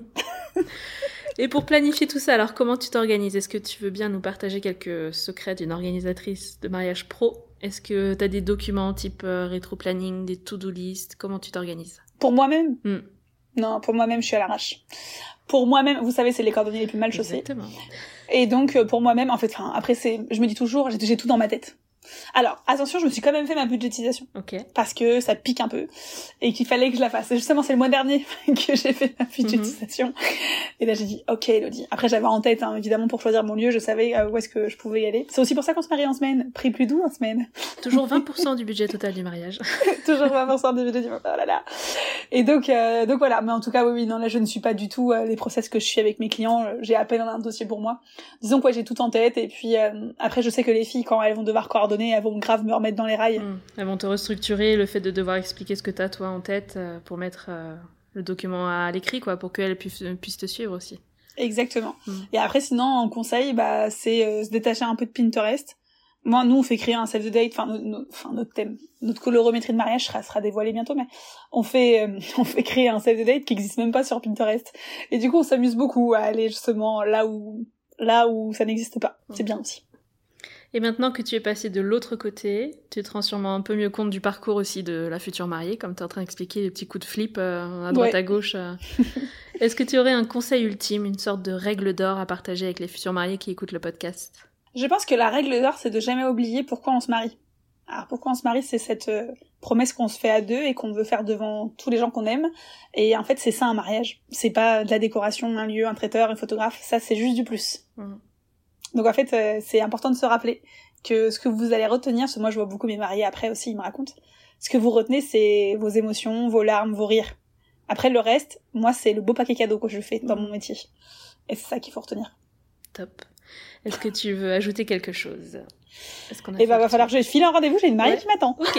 Et pour planifier tout ça, alors comment tu t'organises? Est-ce que tu veux bien nous partager quelques secrets d'une organisatrice de mariage pro? Est-ce que tu as des documents type euh, rétro-planning, des to-do list? Comment tu t'organises? Pour moi-même mm. Non, pour moi-même, je suis à l'arrache. Pour moi-même, vous savez, c'est les cordonniers les plus mal chaussés. Exactement. Et donc, pour moi-même, en fait, enfin, après, c'est, je me dis toujours, j'ai, j'ai tout dans ma tête. Alors, attention, je me suis quand même fait ma budgétisation. Ok. Parce que ça pique un peu. Et qu'il fallait que je la fasse. Et justement, c'est le mois dernier que j'ai fait ma budgétisation. Mm-hmm. Et là, j'ai dit, ok, Elodie. Après, j'avais en tête, hein, évidemment, pour choisir mon lieu, je savais euh, où est-ce que je pouvais y aller. C'est aussi pour ça qu'on se marie en semaine. Prix plus doux en semaine. Toujours vingt pour cent du budget total du mariage. Toujours vingt pour cent du budget du mariage. Oh là là. Et donc, euh, donc voilà. Mais en tout cas, oui, oui, non, là, je ne suis pas du tout euh, les process que je suis avec mes clients. J'ai à peine un dossier pour moi. Disons que ouais, j'ai tout en tête. Et puis, euh, après, je sais que les filles, quand elles vont devoir coordonner, elles vont grave me remettre dans les rails. Mmh. Elles vont te restructurer, le fait de devoir expliquer ce que t'as toi en tête euh, pour mettre euh, le document à l'écrit, quoi, pour qu'elles puissent, puissent te suivre aussi. Exactement. Mmh. Et après, sinon, en conseil, bah, c'est euh, se détacher un peu de Pinterest. Moi, nous, on fait créer un save the date, enfin, no, no, enfin notre thème, notre colorométrie de mariage sera, sera dévoilée bientôt, mais on fait, euh, on fait créer un save the date qui existe même pas sur Pinterest. Et du coup, on s'amuse beaucoup à aller justement là où, là où ça n'existe pas. Mmh. C'est bien aussi. Et maintenant que tu es passé de l'autre côté, tu te rends sûrement un peu mieux compte du parcours aussi de la future mariée, comme tu es en train d'expliquer les petits coups de flip euh, à droite ouais. à gauche. Euh. Est-ce que tu aurais un conseil ultime, une sorte de règle d'or à partager avec les futurs mariés qui écoutent le podcast? Je pense que la règle d'or, c'est de jamais oublier pourquoi on se marie. Alors pourquoi on se marie, c'est cette euh, promesse qu'on se fait à deux et qu'on veut faire devant tous les gens qu'on aime. Et en fait, c'est ça un mariage. C'est pas de la décoration, un lieu, un traiteur, un photographe. Ça, c'est juste du plus. Mmh. Donc en fait, euh, c'est important de se rappeler que ce que vous allez retenir, parce que moi je vois beaucoup mes mariés après aussi, ils me racontent, ce que vous retenez, c'est vos émotions, vos larmes, vos rires. Après le reste, moi c'est le beau paquet cadeau que je fais dans mon métier. Et c'est ça qu'il faut retenir. Top. Est-ce que tu veux ajouter quelque chose? Est-ce qu'on a Eh ben, va falloir que je file un rendez-vous, j'ai une mariée ouais. qui m'attend. Ok. Tu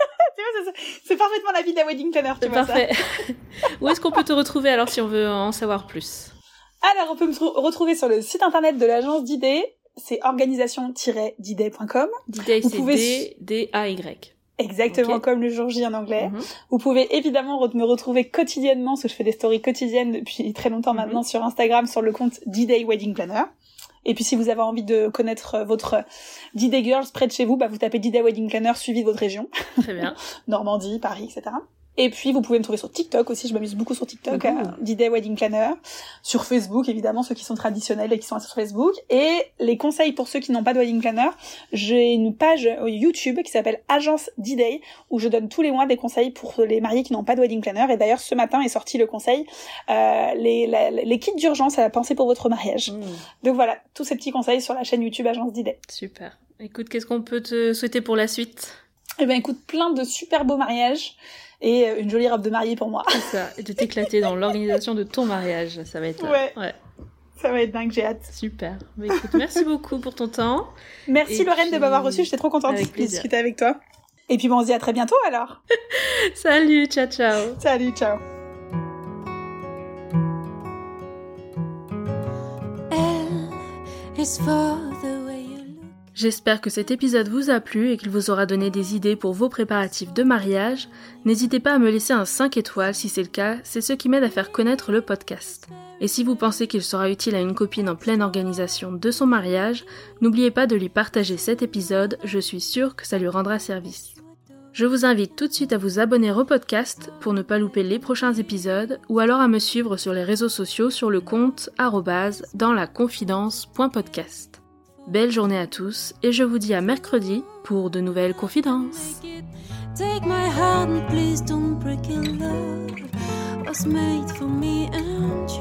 vois, c'est, c'est parfaitement la vie d'un wedding planner, tu c'est vois parfait. Ça. Où est-ce qu'on peut te retrouver alors si on veut en savoir plus? Alors, on peut me tr- retrouver sur le site internet de l'agence d'idées. C'est organisation tiret diday point com. Diday, c'est pouvez... D D A Y. Exactement, okay. Comme le jour J en anglais. Mm-hmm. Vous pouvez évidemment re- me retrouver quotidiennement, parce que je fais des stories quotidiennes depuis très longtemps mm-hmm. maintenant sur Instagram, sur le compte D-Day Wedding Planner. Et puis si vous avez envie de connaître votre D-Day Girls près de chez vous, bah vous tapez D-Day Wedding Planner suivi de votre région. Très bien. Normandie, Paris, et cetera. Et puis, vous pouvez me trouver sur TikTok aussi, je m'amuse beaucoup sur TikTok, mmh. euh, D-Day Wedding Planner. Sur Facebook, évidemment, ceux qui sont traditionnels et qui sont sur Facebook. Et les conseils pour ceux qui n'ont pas de Wedding Planner, j'ai une page YouTube qui s'appelle Agence D-Day, où je donne tous les mois des conseils pour les mariés qui n'ont pas de Wedding Planner. Et d'ailleurs, ce matin est sorti le conseil, euh, les, la, les kits d'urgence à penser pour votre mariage. Mmh. Donc voilà, tous ces petits conseils sur la chaîne YouTube Agence D-Day. Super. Écoute, qu'est-ce qu'on peut te souhaiter pour la suite? Eh ben, écoute, plein de super beaux mariages. Et une jolie robe de mariée pour moi. C'est ça, et de t'éclater dans l'organisation de ton mariage, ça va être... Ouais, ouais. Ça va être dingue, j'ai hâte. Super. Mais écoute, merci beaucoup pour ton temps. Merci et Lorraine puis... de m'avoir reçue, j'étais trop contente de discuter avec toi. Et puis bon, on se dit à très bientôt alors. Salut, ciao ciao. Salut, ciao. L is for the way you look. J'espère que cet épisode vous a plu et qu'il vous aura donné des idées pour vos préparatifs de mariage. N'hésitez pas à me laisser un cinq étoiles si c'est le cas, c'est ce qui m'aide à faire connaître le podcast. Et si vous pensez qu'il sera utile à une copine en pleine organisation de son mariage, n'oubliez pas de lui partager cet épisode, je suis sûre que ça lui rendra service. Je vous invite tout de suite à vous abonner au podcast pour ne pas louper les prochains épisodes ou alors à me suivre sur les réseaux sociaux sur le compte arobase dans la confidence point podcast. Belle journée à tous et je vous dis à mercredi pour de nouvelles confidences. Take my heart and please don't break it. Love was made for me and